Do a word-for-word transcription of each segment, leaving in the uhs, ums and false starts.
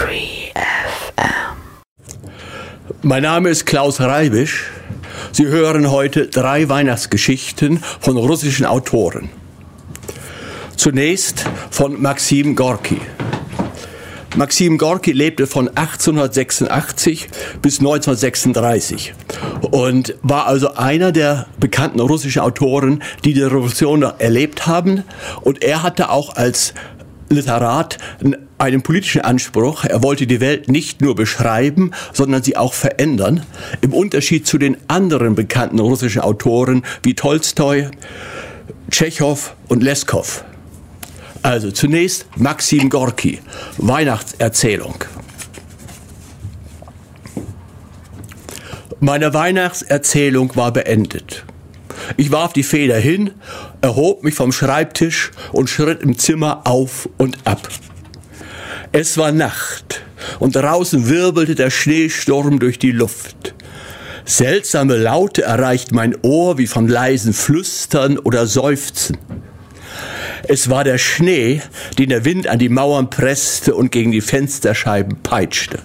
drei F M. Mein Name ist Klaus Reibisch. Sie hören heute drei Weihnachtsgeschichten von russischen Autoren. Zunächst von Maxim Gorki. Maxim Gorki lebte von achtzehnhundertsechsundachtzig bis neunzehnhundertsechsunddreißig und war also einer der bekannten russischen Autoren, die die Revolution noch erlebt haben. Und er hatte auch als Literat einen politischen Anspruch. Er wollte die Welt nicht nur beschreiben, sondern sie auch verändern. Im Unterschied zu den anderen bekannten russischen Autoren wie Tolstoi, Tschechow und Leskow. Also zunächst Maxim Gorki, Weihnachtserzählung. Meine Weihnachtserzählung war beendet. Ich warf die Feder hin, erhob mich vom Schreibtisch und schritt im Zimmer auf und ab. Es war Nacht und draußen wirbelte der Schneesturm durch die Luft. Seltsame Laute erreichten mein Ohr wie von leisen Flüstern oder Seufzen. Es war der Schnee, den der Wind an die Mauern presste und gegen die Fensterscheiben peitschte.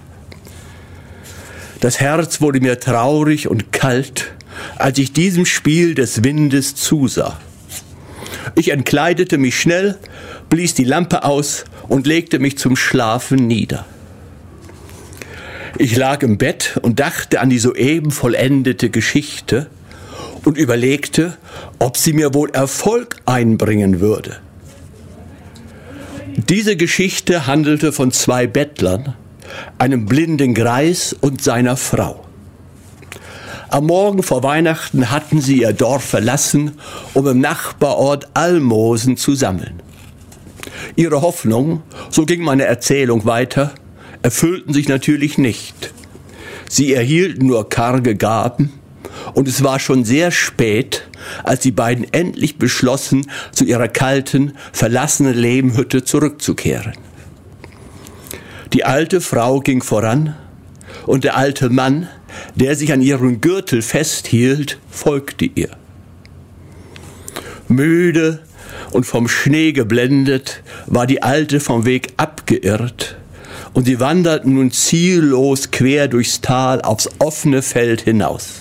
Das Herz wurde mir traurig und kalt, als ich diesem Spiel des Windes zusah. Ich entkleidete mich schnell, blies die Lampe aus und legte mich zum Schlafen nieder. Ich lag im Bett und dachte an die soeben vollendete Geschichte und überlegte, ob sie mir wohl Erfolg einbringen würde. Diese Geschichte handelte von zwei Bettlern, einem blinden Greis und seiner Frau. Am Morgen vor Weihnachten hatten sie ihr Dorf verlassen, um im Nachbarort Almosen zu sammeln. Ihre Hoffnungen, so ging meine Erzählung weiter, erfüllten sich natürlich nicht. Sie erhielten nur karge Gaben, und es war schon sehr spät, als die beiden endlich beschlossen, zu ihrer kalten, verlassenen Lehmhütte zurückzukehren. Die alte Frau ging voran, und der alte Mann, der sich an ihrem Gürtel festhielt, folgte ihr. Müde und vom Schnee geblendet war die Alte vom Weg abgeirrt, und sie wanderten nun ziellos quer durchs Tal aufs offene Feld hinaus.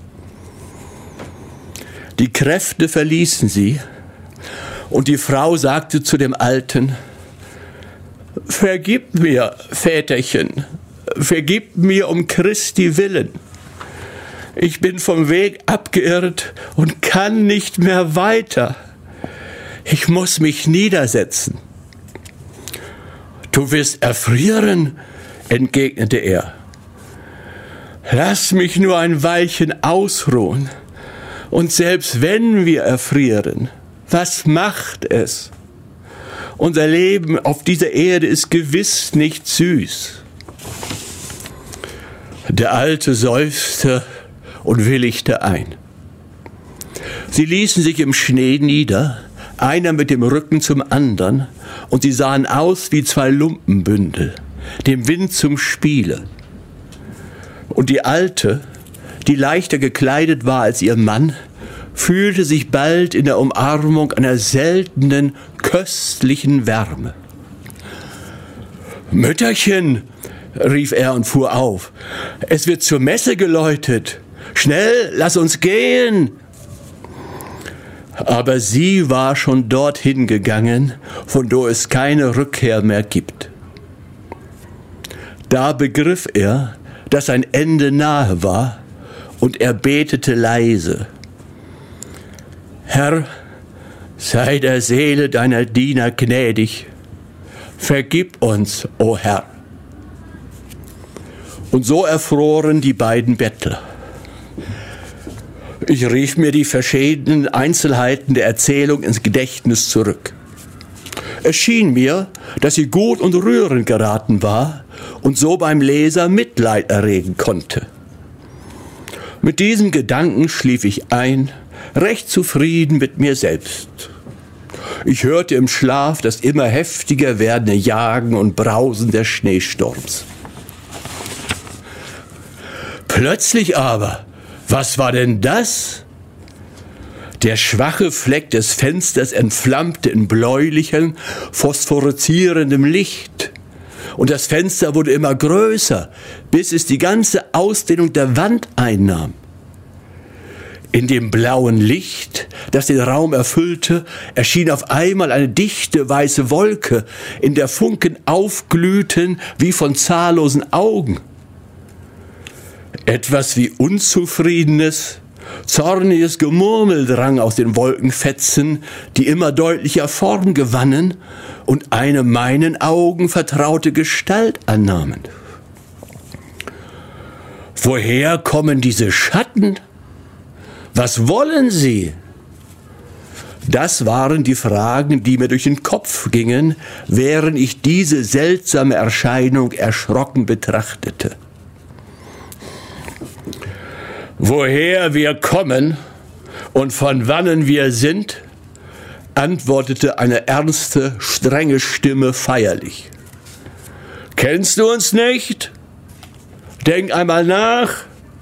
Die Kräfte verließen sie, und die Frau sagte zu dem Alten: »Vergib mir, Väterchen, vergib mir um Christi willen. Ich bin vom Weg abgeirrt und kann nicht mehr weiter. Ich muss mich niedersetzen.« »Du wirst erfrieren«, entgegnete er. »Lass mich nur ein Weilchen ausruhen. Und selbst wenn wir erfrieren, was macht es? Unser Leben auf dieser Erde ist gewiss nicht süß.« Der Alte seufzte und willigte ein. Sie ließen sich im Schnee nieder, einer mit dem Rücken zum anderen, und sie sahen aus wie zwei Lumpenbündel, dem Wind zum Spiele. Und die Alte, die leichter gekleidet war als ihr Mann, fühlte sich bald in der Umarmung einer seltenen, köstlichen Wärme. »Mütterchen«, rief er und fuhr auf, »es wird zur Messe geläutet. Schnell, lass uns gehen!« Aber sie war schon dorthin gegangen, von wo es keine Rückkehr mehr gibt. Da begriff er, dass sein Ende nahe war, und er betete leise: »Herr, sei der Seele deiner Diener gnädig. Vergib uns, o Herr.« Und so erfroren die beiden Bettler. Ich rief mir die verschiedenen Einzelheiten der Erzählung ins Gedächtnis zurück. Es schien mir, dass sie gut und rührend geraten war und so beim Leser Mitleid erregen konnte. Mit diesem Gedanken schlief ich ein, recht zufrieden mit mir selbst. Ich hörte im Schlaf das immer heftiger werdende Jagen und Brausen des Schneesturms. Plötzlich aber, was war denn das? Der schwache Fleck des Fensters entflammte in bläulichem, phosphoreszierendem Licht, und das Fenster wurde immer größer, bis es die ganze Ausdehnung der Wand einnahm. In dem blauen Licht, das den Raum erfüllte, erschien auf einmal eine dichte weiße Wolke, in der Funken aufglühten wie von zahllosen Augen. Etwas wie unzufriedenes, zorniges Gemurmel drang aus den Wolkenfetzen, die immer deutlicher Form gewannen und eine meinen Augen vertraute Gestalt annahmen. Woher kommen diese Schatten? Was wollen sie? Das waren die Fragen, die mir durch den Kopf gingen, während ich diese seltsame Erscheinung erschrocken betrachtete. Woher wir kommen und von wannen wir sind, antwortete eine ernste, strenge Stimme feierlich. Kennst du uns nicht? Denk einmal nach.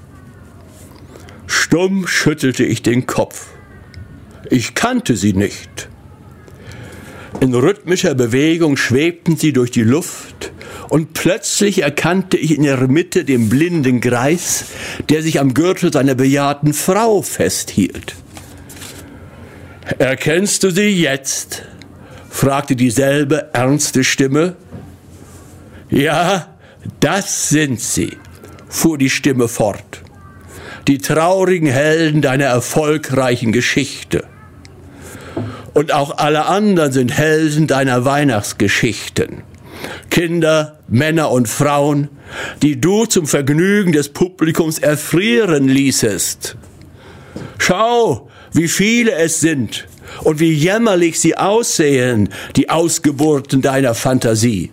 Stumm schüttelte ich den Kopf. Ich kannte sie nicht. In rhythmischer Bewegung schwebten sie durch die Luft und plötzlich erkannte ich in ihrer Mitte den blinden Greis, der sich am Gürtel seiner bejahrten Frau festhielt. »Erkennst du sie jetzt?« fragte dieselbe ernste Stimme. »Ja, das sind sie«, fuhr die Stimme fort. »Die traurigen Helden deiner erfolgreichen Geschichte. Und auch alle anderen sind Helden deiner Weihnachtsgeschichten. Kinder, Männer und Frauen, die du zum Vergnügen des Publikums erfrieren ließest. Schau, wie viele es sind und wie jämmerlich sie aussehen, die Ausgeburten deiner Fantasie.«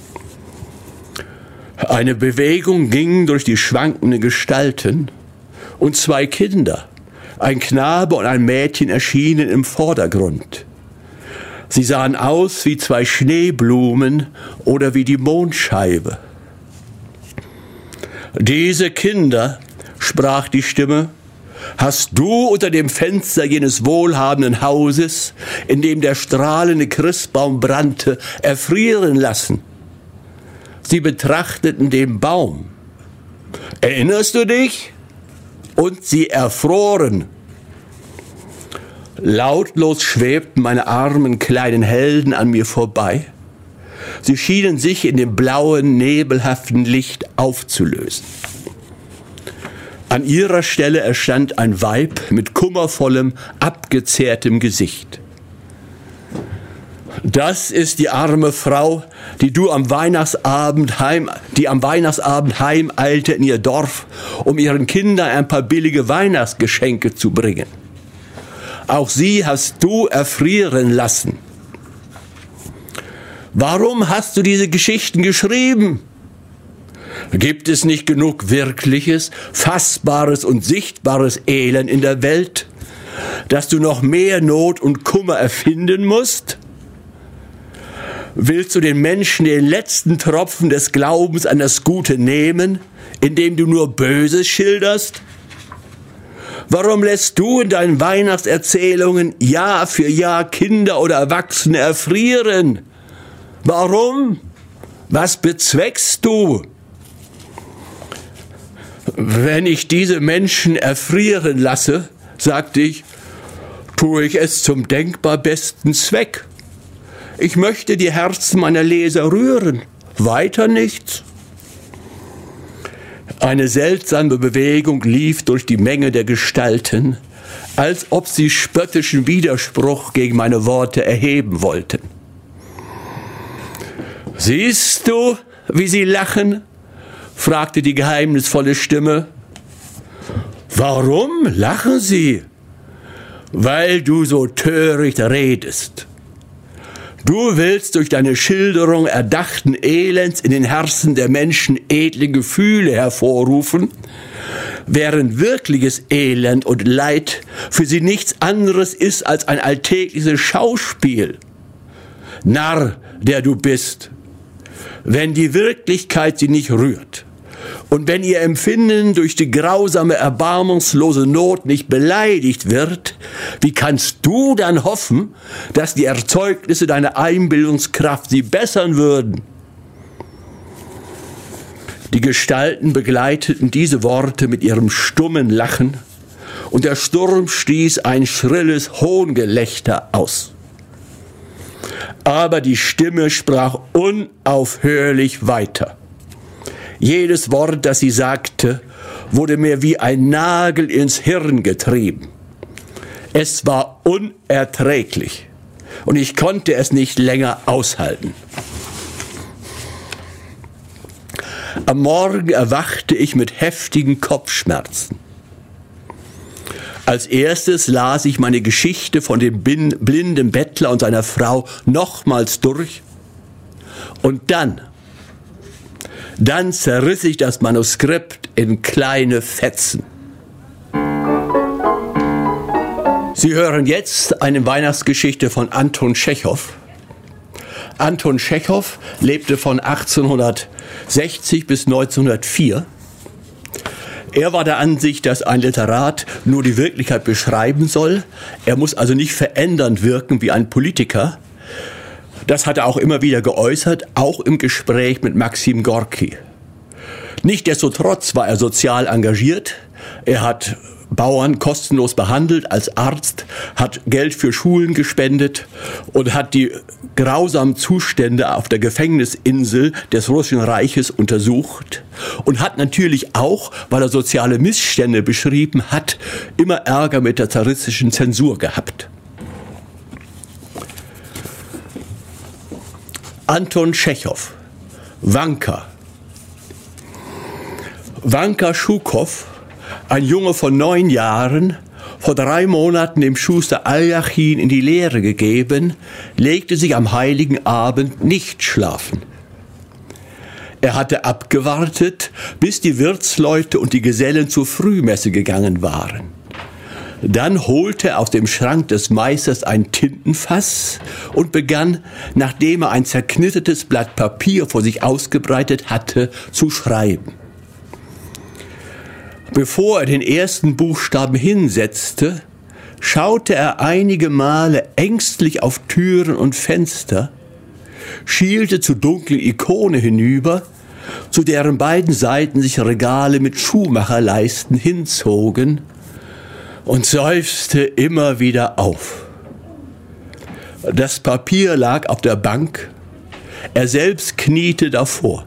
Eine Bewegung ging durch die schwankenden Gestalten, und zwei Kinder, ein Knabe und ein Mädchen, erschienen im Vordergrund. Sie sahen aus wie zwei Schneeblumen oder wie die Mondscheibe. »Diese Kinder«, sprach die Stimme, »hast du unter dem Fenster jenes wohlhabenden Hauses, in dem der strahlende Christbaum brannte, erfrieren lassen.« Sie betrachteten den Baum. »Erinnerst du dich?« Und sie erfroren. Lautlos schwebten meine armen kleinen Helden an mir vorbei. Sie schienen sich in dem blauen, nebelhaften Licht aufzulösen. An ihrer Stelle erstand ein Weib mit kummervollem, abgezehrtem Gesicht. Das ist die arme Frau, die du am Weihnachtsabend heim, die am Weihnachtsabend heimeilte in ihr Dorf, um ihren Kindern ein paar billige Weihnachtsgeschenke zu bringen. Auch sie hast du erfrieren lassen. Warum hast du diese Geschichten geschrieben? Gibt es nicht genug wirkliches, fassbares und sichtbares Elend in der Welt, dass du noch mehr Not und Kummer erfinden musst? Willst du den Menschen den letzten Tropfen des Glaubens an das Gute nehmen, indem du nur Böses schilderst? Warum lässt du in deinen Weihnachtserzählungen Jahr für Jahr Kinder oder Erwachsene erfrieren? Warum? Was bezweckst du? Wenn ich diese Menschen erfrieren lasse, sagte ich, tue ich es zum denkbar besten Zweck. Ich möchte die Herzen meiner Leser rühren, weiter nichts. Eine seltsame Bewegung lief durch die Menge der Gestalten, als ob sie spöttischen Widerspruch gegen meine Worte erheben wollten. »Siehst du, wie sie lachen?« fragte die geheimnisvolle Stimme. »Warum lachen sie?« »Weil du so töricht redest. Du willst durch deine Schilderung erdachten Elends in den Herzen der Menschen edle Gefühle hervorrufen, während wirkliches Elend und Leid für sie nichts anderes ist als ein alltägliches Schauspiel. Narr, der du bist, wenn die Wirklichkeit sie nicht rührt und wenn ihr Empfinden durch die grausame, erbarmungslose Not nicht beleidigt wird, wie kannst du dann hoffen, dass die Erzeugnisse deiner Einbildungskraft sie bessern würden? Die Gestalten begleiteten diese Worte mit ihrem stummen Lachen, und der Sturm stieß ein schrilles Hohngelächter aus. Aber die Stimme sprach unaufhörlich weiter. Jedes Wort, das sie sagte, wurde mir wie ein Nagel ins Hirn getrieben. Es war unerträglich, und ich konnte es nicht länger aushalten. Am Morgen erwachte ich mit heftigen Kopfschmerzen. Als erstes las ich meine Geschichte von dem blinden Bettler und seiner Frau nochmals durch. Und dann, dann zerriss ich das Manuskript in kleine Fetzen. Sie hören jetzt eine Weihnachtsgeschichte von Anton Tschechow. Anton Tschechow lebte von achtzehnhundertsechzig bis neunzehnhundertvier. Er war der Ansicht, dass ein Literat nur die Wirklichkeit beschreiben soll. Er muss also nicht verändernd wirken wie ein Politiker. Das hat er auch immer wieder geäußert, auch im Gespräch mit Maxim Gorki. Nichtsdestotrotz war er sozial engagiert. Er hat Bauern kostenlos behandelt als Arzt, hat Geld für Schulen gespendet und hat die grausamen Zustände auf der Gefängnisinsel des Russischen Reiches untersucht und hat natürlich auch, weil er soziale Missstände beschrieben hat, immer Ärger mit der zaristischen Zensur gehabt. Anton Tschechow, Wanka. Wanka Schukow, ein Junge von neun Jahren, vor drei Monaten dem Schuster Aljachin in die Lehre gegeben, legte sich am heiligen Abend nicht schlafen. Er hatte abgewartet, bis die Wirtsleute und die Gesellen zur Frühmesse gegangen waren. Dann holte er aus dem Schrank des Meisters ein Tintenfass und begann, nachdem er ein zerknittertes Blatt Papier vor sich ausgebreitet hatte, zu schreiben. Bevor er den ersten Buchstaben hinsetzte, schaute er einige Male ängstlich auf Türen und Fenster, schielte zu dunklen Ikone hinüber, zu deren beiden Seiten sich Regale mit Schuhmacherleisten hinzogen, und seufzte immer wieder auf. Das Papier lag auf der Bank, er selbst kniete davor.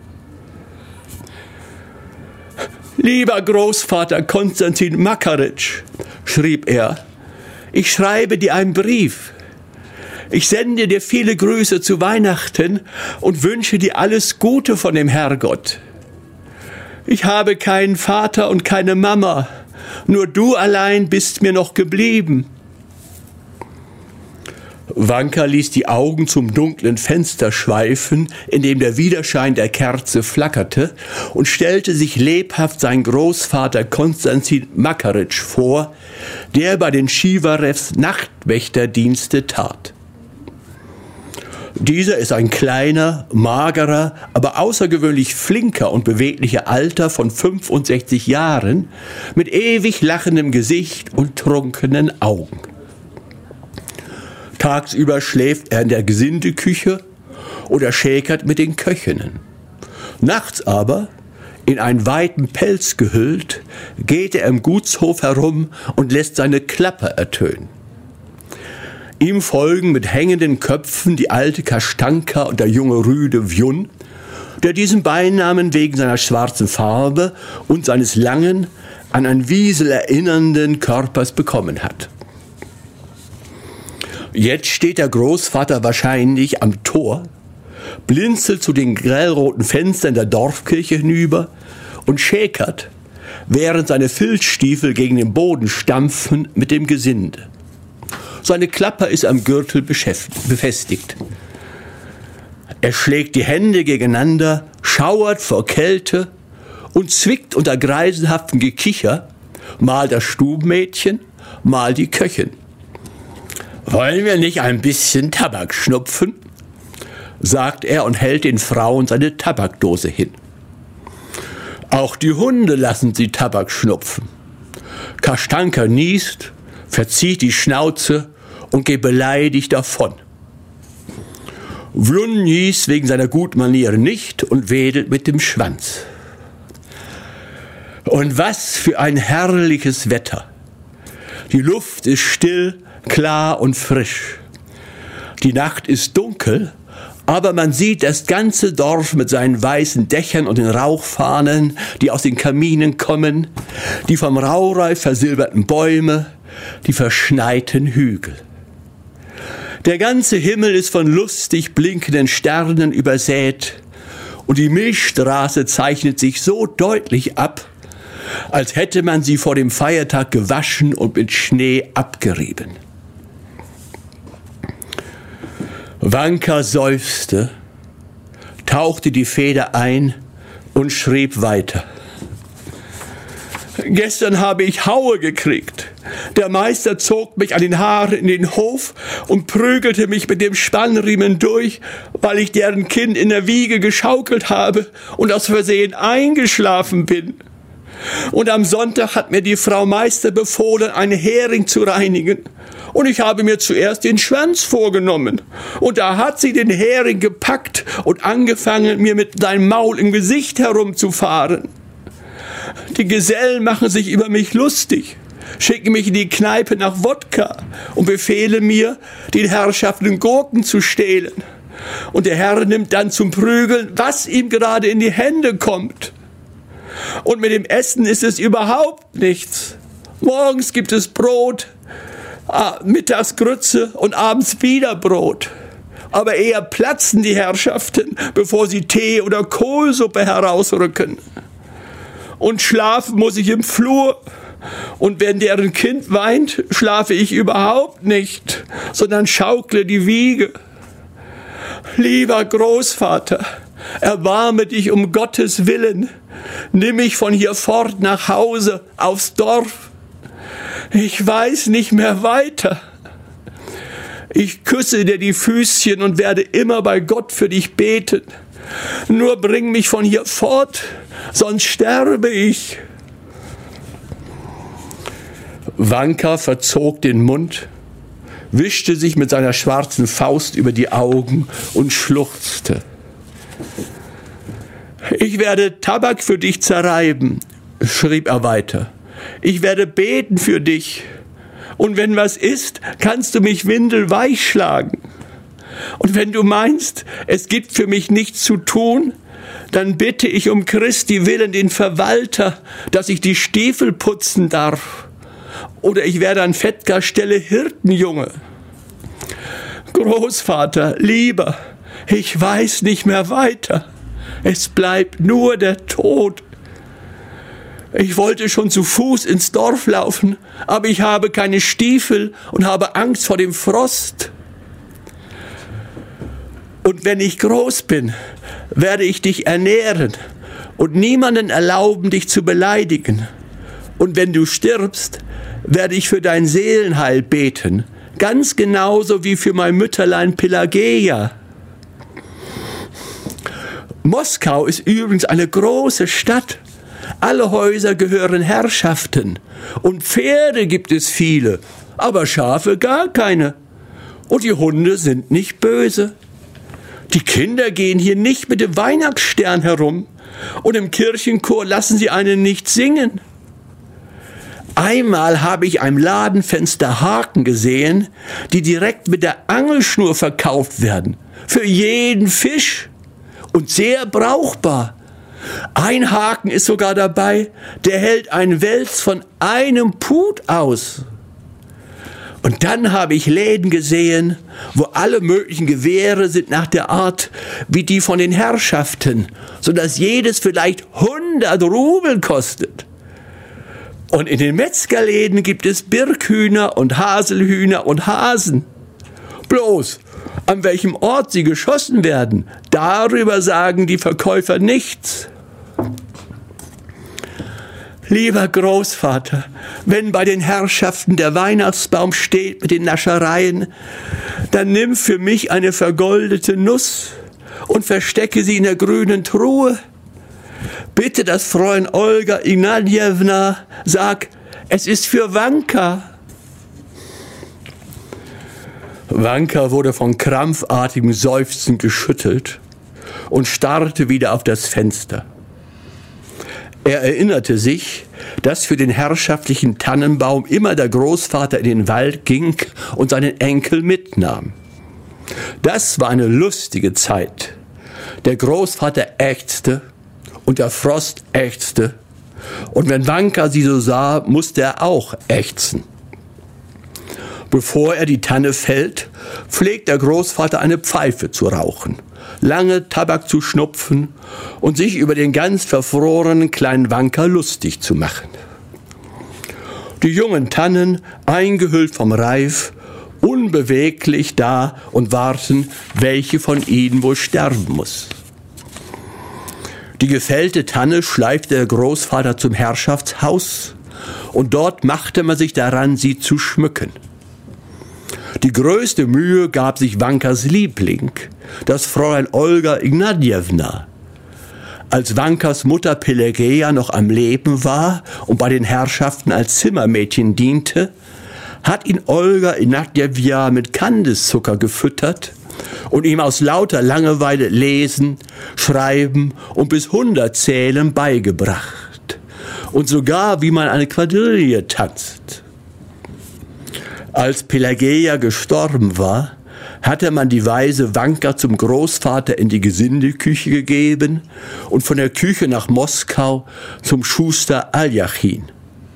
»Lieber Großvater Konstantin Makaritsch«, schrieb er, »ich schreibe dir einen Brief. Ich sende dir viele Grüße zu Weihnachten und wünsche dir alles Gute von dem Herrgott. Ich habe keinen Vater und keine Mama, nur du allein bist mir noch geblieben.« Wanka ließ die Augen zum dunklen Fenster schweifen, in dem der Widerschein der Kerze flackerte, und stellte sich lebhaft seinen Großvater Konstantin Makaritsch vor, der bei den Schiwarews Nachtwächterdienste tat. Dieser ist ein kleiner, magerer, aber außergewöhnlich flinker und beweglicher Alter von fünfundsechzig Jahren, mit ewig lachendem Gesicht und trunkenen Augen. Tagsüber schläft er in der Gesindeküche oder schäkert mit den Köchinnen. Nachts aber, in einen weiten Pelz gehüllt, geht er im Gutshof herum und lässt seine Klappe ertönen. Ihm folgen mit hängenden Köpfen die alte Kastanka und der junge Rüde Wjun, der diesen Beinamen wegen seiner schwarzen Farbe und seines langen, an ein Wiesel erinnernden Körpers bekommen hat. Jetzt steht der Großvater wahrscheinlich am Tor, blinzelt zu den grellroten Fenstern der Dorfkirche hinüber und schäkert, während seine Filzstiefel gegen den Boden stampfen, mit dem Gesinde. Seine Klappe ist am Gürtel befestigt. Er schlägt die Hände gegeneinander, schauert vor Kälte und zwickt unter greisenhaftem Gekicher, mal das Stubenmädchen, mal die Köchin. »Wollen wir nicht ein bisschen Tabak schnupfen?« sagt er und hält den Frauen seine Tabakdose hin. Auch die Hunde lassen sie Tabak schnupfen. Kastanka niest, verzieht die Schnauze und geht beleidigt davon. Wjun niest wegen seiner guten Manieren nicht und wedelt mit dem Schwanz. Und was für ein herrliches Wetter. Die Luft ist still, klar und frisch. Die Nacht ist dunkel, aber man sieht das ganze Dorf mit seinen weißen Dächern und den Rauchfahnen, die aus den Kaminen kommen, die vom Raureif versilberten Bäume, die verschneiten Hügel. Der ganze Himmel ist von lustig blinkenden Sternen übersät und die Milchstraße zeichnet sich so deutlich ab, als hätte man sie vor dem Feiertag gewaschen und mit Schnee abgerieben. Wanka seufzte, tauchte die Feder ein und schrieb weiter. Gestern habe ich Haue gekriegt. Der Meister zog mich an den Haaren in den Hof und prügelte mich mit dem Spannriemen durch, weil ich deren Kind in der Wiege geschaukelt habe und aus Versehen eingeschlafen bin. Und am Sonntag hat mir die Frau Meister befohlen, einen Hering zu reinigen. Und ich habe mir zuerst den Schwanz vorgenommen. Und da hat sie den Hering gepackt und angefangen, mir mit seinem Maul im Gesicht herumzufahren. Die Gesellen machen sich über mich lustig, schicken mich in die Kneipe nach Wodka und befehlen mir, den Herrschaften Gurken zu stehlen. Und der Herr nimmt dann zum Prügeln, was ihm gerade in die Hände kommt. Und mit dem Essen ist es überhaupt nichts. Morgens gibt es Brot, mittags Grütze und abends wieder Brot. Aber eher platzen die Herrschaften, bevor sie Tee oder Kohlsuppe herausrücken. Und schlafen muss ich im Flur. Und wenn deren Kind weint, schlafe ich überhaupt nicht, sondern schaukle die Wiege. Lieber Großvater, erbarme dich um Gottes Willen. Nimm mich von hier fort nach Hause, aufs Dorf. Ich weiß nicht mehr weiter. Ich küsse dir die Füßchen und werde immer bei Gott für dich beten. Nur bring mich von hier fort, sonst sterbe ich. Wanka verzog den Mund, wischte sich mit seiner schwarzen Faust über die Augen und schluchzte. Ich werde Tabak für dich zerreiben, schrieb er weiter. Ich werde beten für dich. Und wenn was ist, kannst du mich windelweich schlagen. Und wenn du meinst, es gibt für mich nichts zu tun, dann bitte ich um Christi willen den Verwalter, dass ich die Stiefel putzen darf. Oder ich werde an Fettger Stelle Hirtenjunge. Großvater, lieber, ich weiß nicht mehr weiter. Es bleibt nur der Tod. Ich wollte schon zu Fuß ins Dorf laufen, aber ich habe keine Stiefel und habe Angst vor dem Frost. Und wenn ich groß bin, werde ich dich ernähren und niemanden erlauben, dich zu beleidigen. Und wenn du stirbst, werde ich für dein Seelenheil beten, ganz genauso wie für mein Mütterlein Pelageia. Moskau ist übrigens eine große Stadt. Alle Häuser gehören Herrschaften. Und Pferde gibt es viele, aber Schafe gar keine. Und die Hunde sind nicht böse. Die Kinder gehen hier nicht mit dem Weihnachtsstern herum. Und im Kirchenchor lassen sie einen nicht singen. Einmal habe ich am Ladenfenster Haken gesehen, die direkt mit der Angelschnur verkauft werden. Für jeden Fisch. Und sehr brauchbar. Ein Haken ist sogar dabei, der hält einen Wels von einem Pud aus. Und dann habe ich Läden gesehen, wo alle möglichen Gewehre sind nach der Art wie die von den Herrschaften, sodass jedes vielleicht hundert Rubel kostet. Und in den Metzgerläden gibt es Birkhühner und Haselhühner und Hasen. Bloß, an welchem Ort sie geschossen werden, darüber sagen die Verkäufer nichts. Lieber Großvater, wenn bei den Herrschaften der Weihnachtsbaum steht mit den Naschereien, dann nimm für mich eine vergoldete Nuss und verstecke sie in der grünen Truhe. Bitte das Fräulein Olga Ignatjewna, sag, es ist für Wanka. Wanka wurde von krampfartigem Seufzen geschüttelt und starrte wieder auf das Fenster. Er erinnerte sich, dass für den herrschaftlichen Tannenbaum immer der Großvater in den Wald ging und seinen Enkel mitnahm. Das war eine lustige Zeit. Der Großvater ächzte und der Frost ächzte. Und wenn Wanka sie so sah, musste er auch ächzen. Bevor er die Tanne fällt, pflegt der Großvater eine Pfeife zu rauchen, lange Tabak zu schnupfen und sich über den ganz verfrorenen kleinen Wanka lustig zu machen. Die jungen Tannen, eingehüllt vom Reif, unbeweglich da und warten, welche von ihnen wohl sterben muss. Die gefällte Tanne schleifte der Großvater zum Herrschaftshaus und dort machte man sich daran, sie zu schmücken. Die größte Mühe gab sich Wankas Liebling, das Fräulein Olga Ignatjewna. Als Wankas Mutter Pelageja noch am Leben war und bei den Herrschaften als Zimmermädchen diente, hat ihn Olga Ignatjewna mit Kandiszucker gefüttert und ihm aus lauter Langeweile Lesen, Schreiben und bis hundert Zählen beigebracht. Und sogar, wie man eine Quadrille tanzt. Als Pelageja gestorben war, hatte man die Weise Wanka zum Großvater in die Gesindeküche gegeben und von der Küche nach Moskau zum Schuster Aljachin.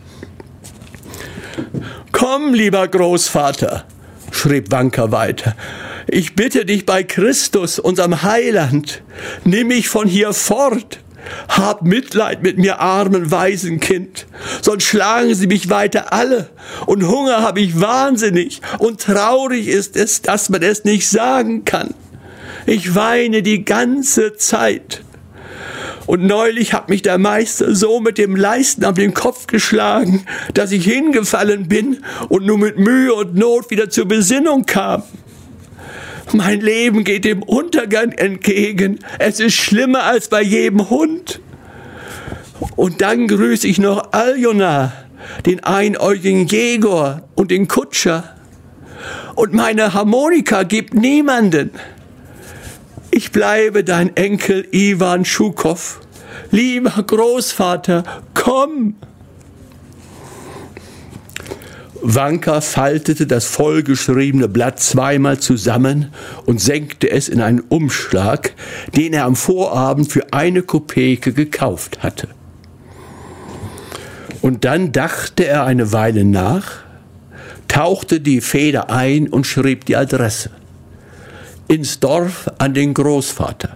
»Komm, lieber Großvater«, schrieb Wanka weiter, »ich bitte dich bei Christus, unserem Heiland, nimm mich von hier fort. Hab Mitleid mit mir, armen Waisenkind, sonst schlagen sie mich weiter alle, und Hunger habe ich wahnsinnig, und traurig ist es, dass man es nicht sagen kann. Ich weine die ganze Zeit. Und neulich hat mich der Meister so mit dem Leisten auf den Kopf geschlagen, dass ich hingefallen bin und nur mit Mühe und Not wieder zur Besinnung kam. Mein Leben geht dem Untergang entgegen. Es ist schlimmer als bei jedem Hund. Und dann grüße ich noch Aljona, den einäugigen Jegor und den Kutscher. Und meine Harmonika gibt niemanden. Ich bleibe dein Enkel Iwan Schukow. Lieber Großvater, komm! Wanka faltete das vollgeschriebene Blatt zweimal zusammen und senkte es in einen Umschlag, den er am Vorabend für eine Kopeke gekauft hatte. Und dann dachte er eine Weile nach, tauchte die Feder ein und schrieb die Adresse. Ins Dorf an den Großvater.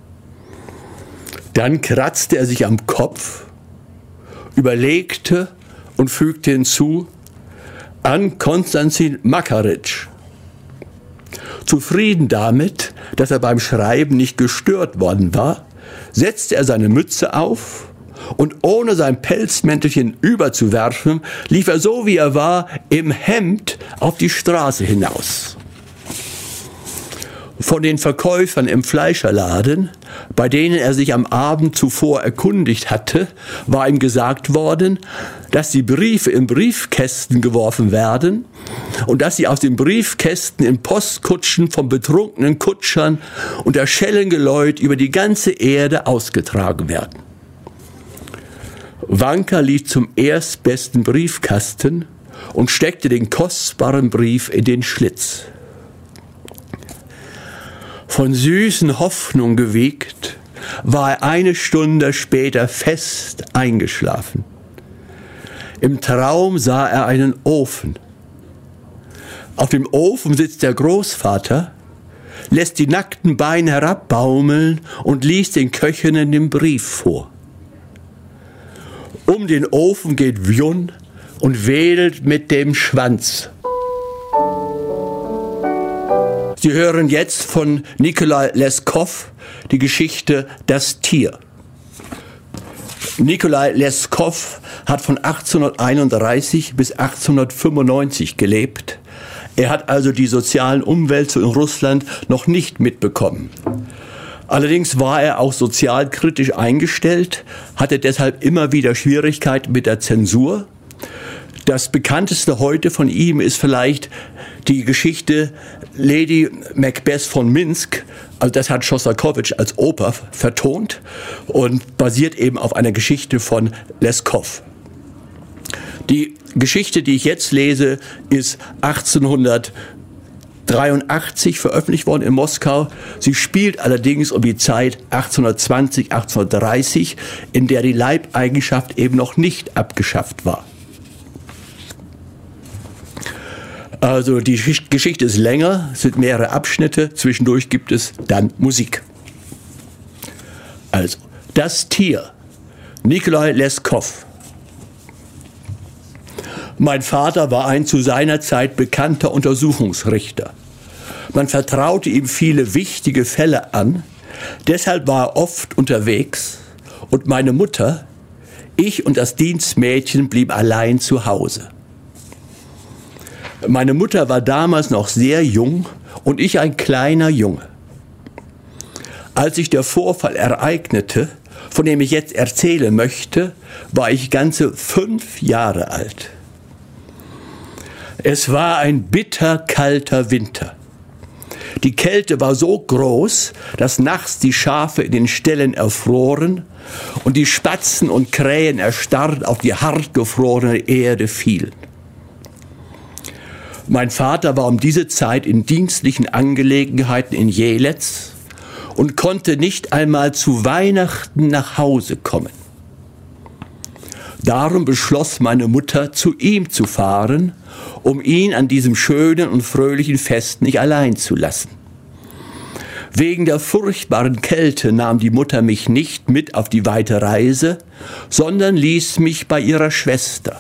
Dann kratzte er sich am Kopf, überlegte und fügte hinzu, an Konstantin Makaritsch. Zufrieden damit, dass er beim Schreiben nicht gestört worden war, setzte er seine Mütze auf und ohne sein Pelzmäntelchen überzuwerfen, lief er so wie er war im Hemd auf die Straße hinaus. Von den Verkäufern im Fleischerladen, bei denen er sich am Abend zuvor erkundigt hatte, war ihm gesagt worden, dass die Briefe in Briefkästen geworfen werden und dass sie aus den Briefkästen in Postkutschen von betrunkenen Kutschern unter Schellengeläut über die ganze Erde ausgetragen werden. Wanka lief zum erstbesten Briefkasten und steckte den kostbaren Brief in den Schlitz. Von süßen Hoffnungen gewiegt, war er eine Stunde später fest eingeschlafen. Im Traum sah er einen Ofen. Auf dem Ofen sitzt der Großvater, lässt die nackten Beine herabbaumeln und liest den Köchinnen den Brief vor. Um den Ofen geht Wjun und wedelt mit dem Schwanz. Sie hören jetzt von Nikolai Leskow die Geschichte Das Tier. Nikolai Leskow hat von achtzehnhunderteinunddreißig bis achtzehnhundertfünfundneunzig gelebt. Er hat also die sozialen Umwälzungen in Russland noch nicht mitbekommen. Allerdings war er auch sozialkritisch eingestellt, hatte deshalb immer wieder Schwierigkeiten mit der Zensur. Das bekannteste heute von ihm ist vielleicht die Geschichte Lady Macbeth von Minsk, Also das hat Schostakowitsch als Oper vertont und basiert eben auf einer Geschichte von Leskow. Die Geschichte, die ich jetzt lese, ist achtzehnhundertdreiundachtzig veröffentlicht worden in Moskau. Sie spielt allerdings um die Zeit achtzehnhundertzwanzig, achtzehnhundertdreißig, in der die Leibeigenschaft eben noch nicht abgeschafft war. Also die Geschichte ist länger, es sind mehrere Abschnitte, zwischendurch gibt es dann Musik. Also, das Tier, Nikolai Leskow. Mein Vater war ein zu seiner Zeit bekannter Untersuchungsrichter. Man vertraute ihm viele wichtige Fälle an, deshalb war er oft unterwegs und meine Mutter, ich und das Dienstmädchen blieben allein zu Hause. Meine Mutter war damals noch sehr jung und ich ein kleiner Junge. Als sich der Vorfall ereignete, von dem ich jetzt erzählen möchte, war ich ganze fünf Jahre alt. Es war ein bitterkalter Winter. Die Kälte war so groß, dass nachts die Schafe in den Ställen erfroren und die Spatzen und Krähen erstarrt auf die hartgefrorene Erde fielen. Mein Vater war um diese Zeit in dienstlichen Angelegenheiten in Jelez und konnte nicht einmal zu Weihnachten nach Hause kommen. Darum beschloss meine Mutter, zu ihm zu fahren, um ihn an diesem schönen und fröhlichen Fest nicht allein zu lassen. Wegen der furchtbaren Kälte nahm die Mutter mich nicht mit auf die weite Reise, sondern ließ mich bei ihrer Schwester.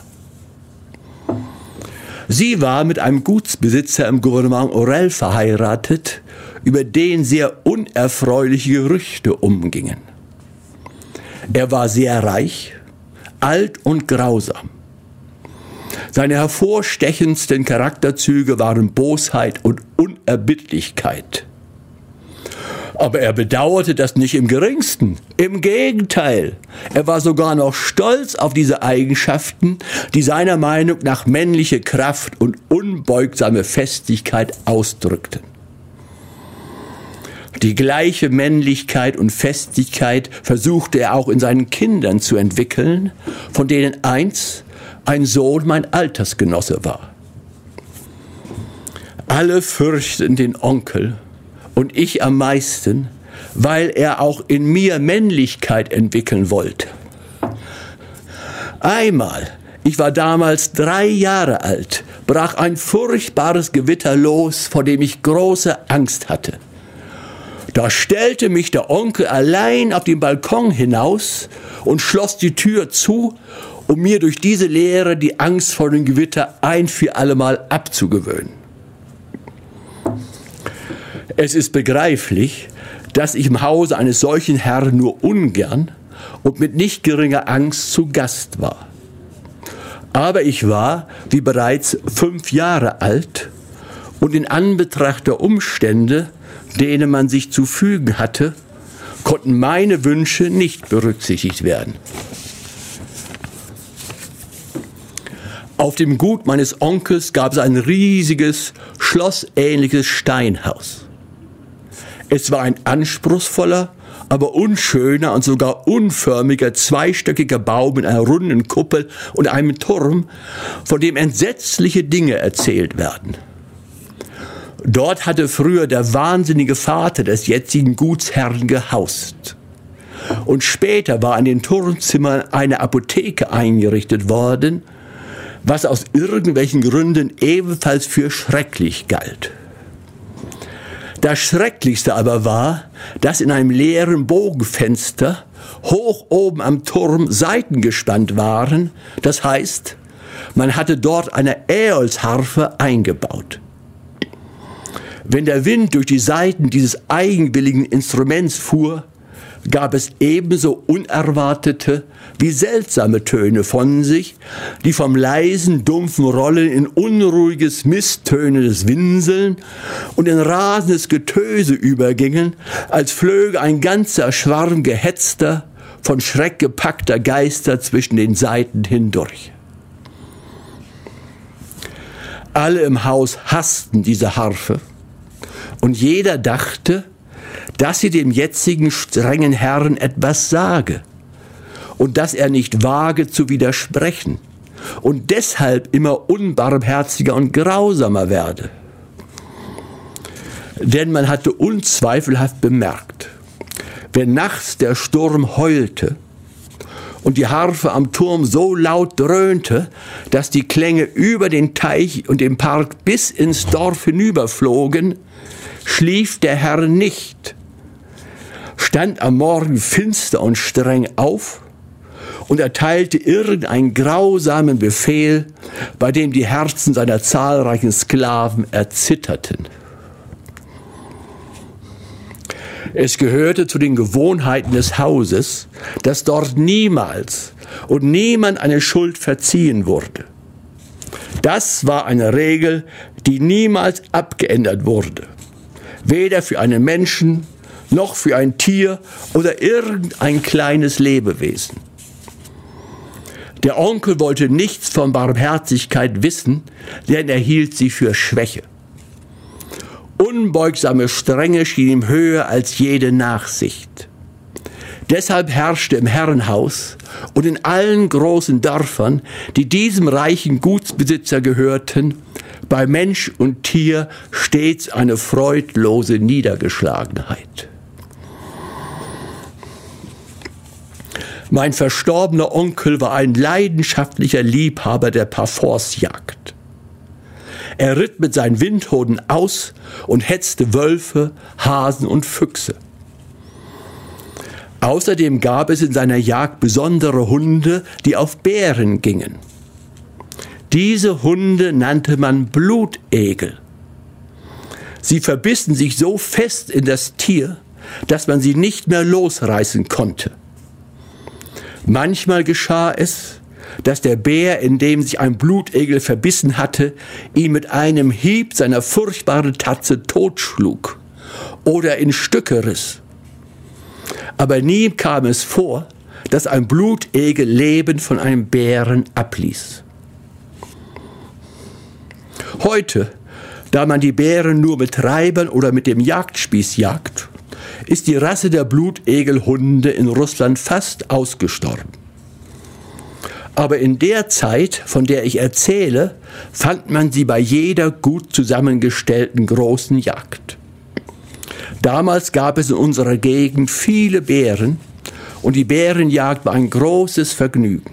Sie war mit einem Gutsbesitzer im Gouvernement Orel verheiratet, über den sehr unerfreuliche Gerüchte umgingen. Er war sehr reich, alt und grausam. Seine hervorstechendsten Charakterzüge waren Bosheit und Unerbittlichkeit. Aber er bedauerte das nicht im geringsten. Im Gegenteil, er war sogar noch stolz auf diese Eigenschaften, die seiner Meinung nach männliche Kraft und unbeugsame Festigkeit ausdrückten. Die gleiche Männlichkeit und Festigkeit versuchte er auch in seinen Kindern zu entwickeln, von denen eins ein Sohn mein Altersgenosse war. Alle fürchten den Onkel und ich am meisten, weil er auch in mir Männlichkeit entwickeln wollte. Einmal, ich war damals drei Jahre alt, brach ein furchtbares Gewitter los, vor dem ich große Angst hatte. Da stellte mich der Onkel allein auf den Balkon hinaus und schloss die Tür zu, um mir durch diese Leere die Angst vor dem Gewitter ein für allemal abzugewöhnen. Es ist begreiflich, dass ich im Hause eines solchen Herrn nur ungern und mit nicht geringer Angst zu Gast war. Aber ich war, wie bereits fünf Jahre alt und in Anbetracht der Umstände, denen man sich zu fügen hatte, konnten meine Wünsche nicht berücksichtigt werden. Auf dem Gut meines Onkels gab es ein riesiges, schlossähnliches Steinhaus. Es war ein anspruchsvoller, aber unschöner und sogar unförmiger zweistöckiger Bau mit einer runden Kuppel und einem Turm, von dem entsetzliche Dinge erzählt werden. Dort hatte früher der wahnsinnige Vater des jetzigen Gutsherrn gehaust. Und später war an den Turmzimmern eine Apotheke eingerichtet worden, was aus irgendwelchen Gründen ebenfalls für schrecklich galt. Das Schrecklichste aber war, dass in einem leeren Bogenfenster hoch oben am Turm Saiten gespannt waren, das heißt, man hatte dort eine Äolsharfe eingebaut. Wenn der Wind durch die Saiten dieses eigenwilligen Instruments fuhr, gab es ebenso unerwartete wie seltsame Töne von sich, die vom leisen, dumpfen Rollen in unruhiges, misstönendes Winseln und in rasendes Getöse übergingen, als flöge ein ganzer Schwarm gehetzter, von Schreck gepackter Geister zwischen den Saiten hindurch. Alle im Haus hassten diese Harfe und jeder dachte, dass sie dem jetzigen strengen Herrn etwas sage und dass er nicht wage zu widersprechen und deshalb immer unbarmherziger und grausamer werde. Denn man hatte unzweifelhaft bemerkt, wenn nachts der Sturm heulte und die Harfe am Turm so laut dröhnte, dass die Klänge über den Teich und den Park bis ins Dorf hinüberflogen, schlief der Herr nicht, stand am Morgen finster und streng auf und erteilte irgendeinen grausamen Befehl, bei dem die Herzen seiner zahlreichen Sklaven erzitterten. Es gehörte zu den Gewohnheiten des Hauses, dass dort niemals und niemand eine Schuld verziehen wurde. Das war eine Regel, die niemals abgeändert wurde. Weder für einen Menschen, noch für ein Tier oder irgendein kleines Lebewesen. Der Onkel wollte nichts von Barmherzigkeit wissen, denn er hielt sie für Schwäche. Unbeugsame Strenge schien ihm höher als jede Nachsicht. Deshalb herrschte im Herrenhaus und in allen großen Dörfern, die diesem reichen Gutsbesitzer gehörten, bei Mensch und Tier stets eine freudlose Niedergeschlagenheit. Mein verstorbener Onkel war ein leidenschaftlicher Liebhaber der Parforcejagd. Er ritt mit seinen Windhoden aus und hetzte Wölfe, Hasen und Füchse. Außerdem gab es in seiner Jagd besondere Hunde, die auf Bären gingen. Diese Hunde nannte man Blutegel. Sie verbissen sich so fest in das Tier, dass man sie nicht mehr losreißen konnte. Manchmal geschah es, dass der Bär, in dem sich ein Blutegel verbissen hatte, ihn mit einem Hieb seiner furchtbaren Tatze totschlug oder in Stücke riss. Aber nie kam es vor, dass ein Blutegel lebend von einem Bären abließ. Heute, da man die Bären nur mit Treibern oder mit dem Jagdspieß jagt, ist die Rasse der Blutegelhunde in Russland fast ausgestorben. Aber in der Zeit, von der ich erzähle, fand man sie bei jeder gut zusammengestellten großen Jagd. Damals gab es in unserer Gegend viele Bären und die Bärenjagd war ein großes Vergnügen.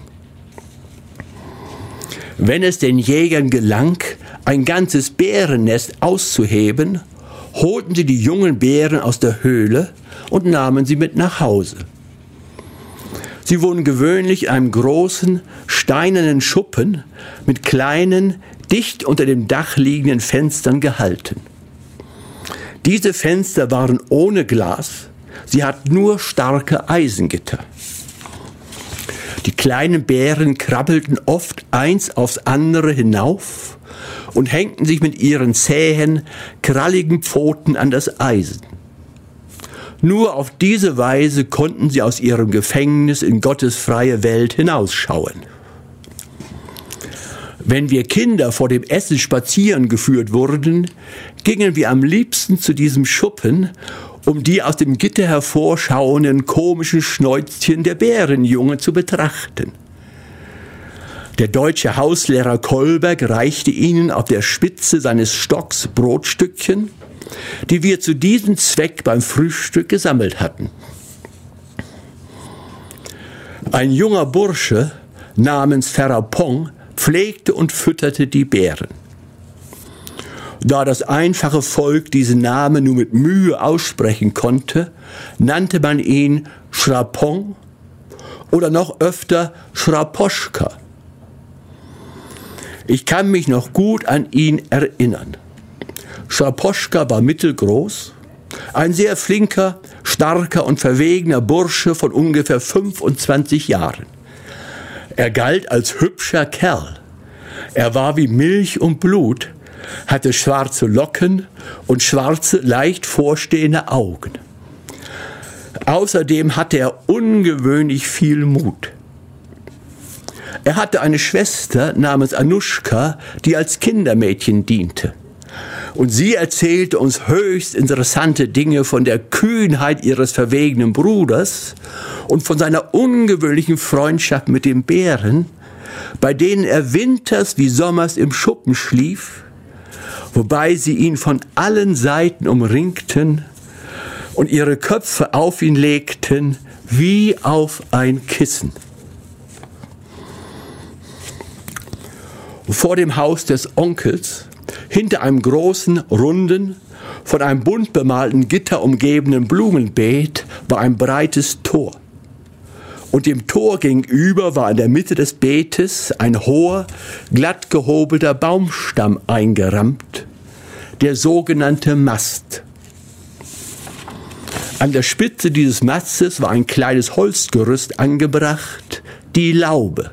Wenn es den Jägern gelang, ein ganzes Bärennest auszuheben, holten sie die jungen Bären aus der Höhle und nahmen sie mit nach Hause. Sie wurden gewöhnlich in einem großen, steinernen Schuppen mit kleinen, dicht unter dem Dach liegenden Fenstern gehalten. Diese Fenster waren ohne Glas, sie hatten nur starke Eisengitter. Die kleinen Bären krabbelten oft eins aufs andere hinauf und hängten sich mit ihren zähen, kralligen Pfoten an das Eisen. Nur auf diese Weise konnten sie aus ihrem Gefängnis in Gottes freie Welt hinausschauen. Wenn wir Kinder vor dem Essen spazieren geführt wurden, gingen wir am liebsten zu diesem Schuppen, um die aus dem Gitter hervorschauenden komischen Schnäuzchen der Bärenjungen zu betrachten. Der deutsche Hauslehrer Kolberg reichte ihnen auf der Spitze seines Stocks Brotstückchen, die wir zu diesem Zweck beim Frühstück gesammelt hatten. Ein junger Bursche namens Ferapont pflegte und fütterte die Bären. Da das einfache Volk diesen Namen nur mit Mühe aussprechen konnte, nannte man ihn Schrapon oder noch öfter Schraposchka. Ich kann mich noch gut an ihn erinnern. Schraposchka war mittelgroß, ein sehr flinker, starker und verwegener Bursche von ungefähr fünfundzwanzig Jahren. Er galt als hübscher Kerl. Er war wie Milch und Blut, hatte schwarze Locken und schwarze, leicht vorstehende Augen. Außerdem hatte er ungewöhnlich viel Mut. Er hatte eine Schwester namens Anuschka, die als Kindermädchen diente. Und sie erzählte uns höchst interessante Dinge von der Kühnheit ihres verwegenen Bruders und von seiner ungewöhnlichen Freundschaft mit den Bären, bei denen er winters wie sommers im Schuppen schlief, wobei sie ihn von allen Seiten umringten und ihre Köpfe auf ihn legten wie auf ein Kissen. Vor dem Haus des Onkels, hinter einem großen, runden, von einem bunt bemalten Gitter umgebenen Blumenbeet, war ein breites Tor. Und dem Tor gegenüber war in der Mitte des Beetes ein hoher, glatt gehobelter Baumstamm eingerammt, der sogenannte Mast. An der Spitze dieses Mastes war ein kleines Holzgerüst angebracht, die Laube.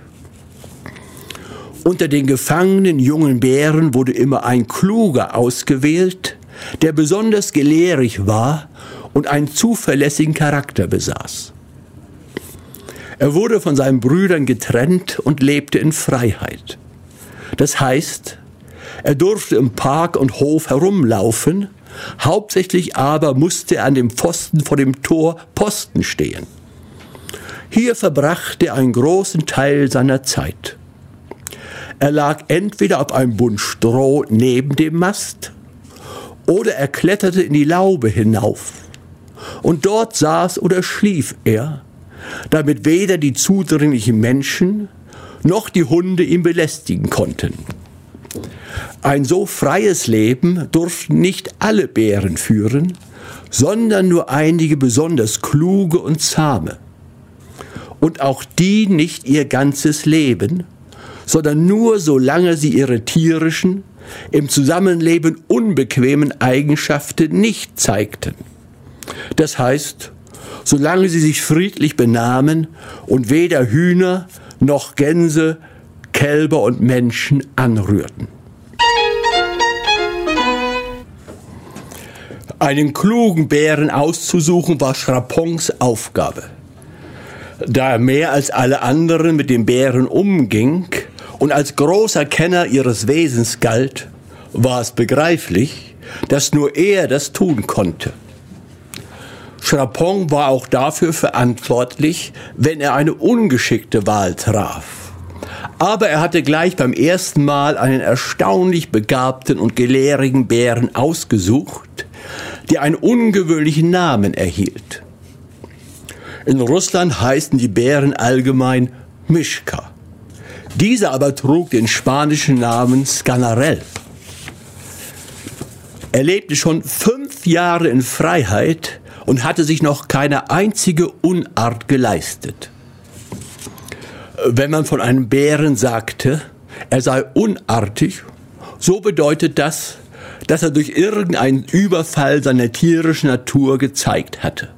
Unter den gefangenen jungen Bären wurde immer ein Kluger ausgewählt, der besonders gelehrig war und einen zuverlässigen Charakter besaß. Er wurde von seinen Brüdern getrennt und lebte in Freiheit. Das heißt, er durfte im Park und Hof herumlaufen, hauptsächlich aber musste er an dem Pfosten vor dem Tor Posten stehen. Hier verbrachte er einen großen Teil seiner Zeit. Er lag entweder auf einem Bund Stroh neben dem Mast oder er kletterte in die Laube hinauf. Und dort saß oder schlief er, damit weder die zudringlichen Menschen noch die Hunde ihn belästigen konnten. Ein so freies Leben durften nicht alle Bären führen, sondern nur einige besonders kluge und zahme. Und auch die nicht ihr ganzes Leben, sondern nur solange sie ihre tierischen, im Zusammenleben unbequemen Eigenschaften nicht zeigten. Das heißt, solange sie sich friedlich benahmen und weder Hühner noch Gänse, Kälber und Menschen anrührten. Einen klugen Bären auszusuchen war Schrapons Aufgabe. Da er mehr als alle anderen mit den Bären umging und als großer Kenner ihres Wesens galt, war es begreiflich, dass nur er das tun konnte. Schrapon war auch dafür verantwortlich, wenn er eine ungeschickte Wahl traf. Aber er hatte gleich beim ersten Mal einen erstaunlich begabten und gelehrigen Bären ausgesucht, der einen ungewöhnlichen Namen erhielt. In Russland heißen die Bären allgemein Mischka. Dieser aber trug den spanischen Namen Sganarelle. Er lebte schon fünf Jahre in Freiheit und hatte sich noch keine einzige Unart geleistet. Wenn man von einem Bären sagte, er sei unartig, so bedeutet das, dass er durch irgendeinen Überfall seiner tierischen Natur gezeigt hatte.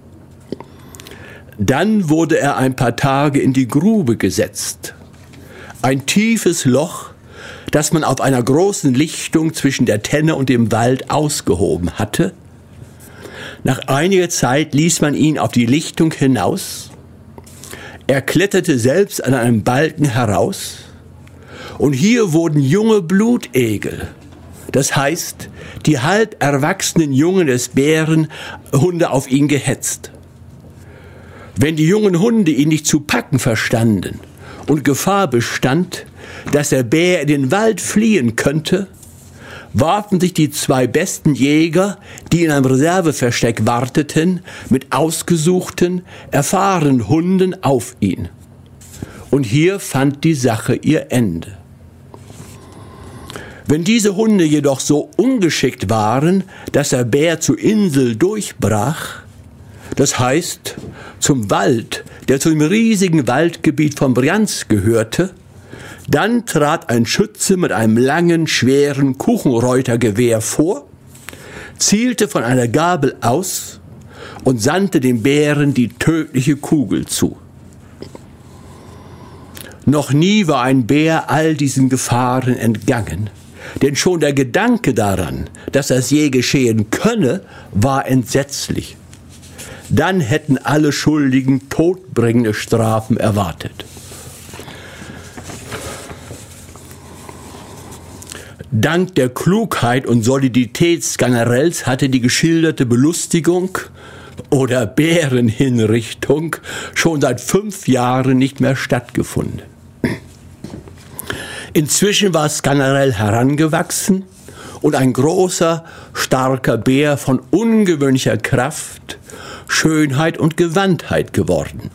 Dann wurde er ein paar Tage in die Grube gesetzt. Ein tiefes Loch, das man auf einer großen Lichtung zwischen der Tenne und dem Wald ausgehoben hatte. Nach einiger Zeit ließ man ihn auf die Lichtung hinaus. Er kletterte selbst an einem Balken heraus. Und hier wurden junge Blutegel, das heißt, die halb erwachsenen Jungen des Bärenhunde auf ihn gehetzt. Wenn die jungen Hunde ihn nicht zu packen verstanden und Gefahr bestand, dass der Bär in den Wald fliehen könnte, warfen sich die zwei besten Jäger, die in einem Reserveversteck warteten, mit ausgesuchten, erfahrenen Hunden auf ihn. Und hier fand die Sache ihr Ende. Wenn diese Hunde jedoch so ungeschickt waren, dass der Bär zur Insel durchbrach, das heißt zum Wald, der zu dem riesigen Waldgebiet von Brjansk gehörte, dann trat ein Schütze mit einem langen, schweren Kuchenreutergewehr vor, zielte von einer Gabel aus und sandte dem Bären die tödliche Kugel zu. Noch nie war ein Bär all diesen Gefahren entgangen, denn schon der Gedanke daran, dass das je geschehen könne, war entsetzlich. Dann hätten alle Schuldigen todbringende Strafen erwartet. Dank der Klugheit und Solidität Sganarells hatte die geschilderte Belustigung oder Bärenhinrichtung schon seit fünf Jahren nicht mehr stattgefunden. Inzwischen war Sganarell herangewachsen und ein großer, starker Bär von ungewöhnlicher Kraft, Schönheit und Gewandtheit geworden.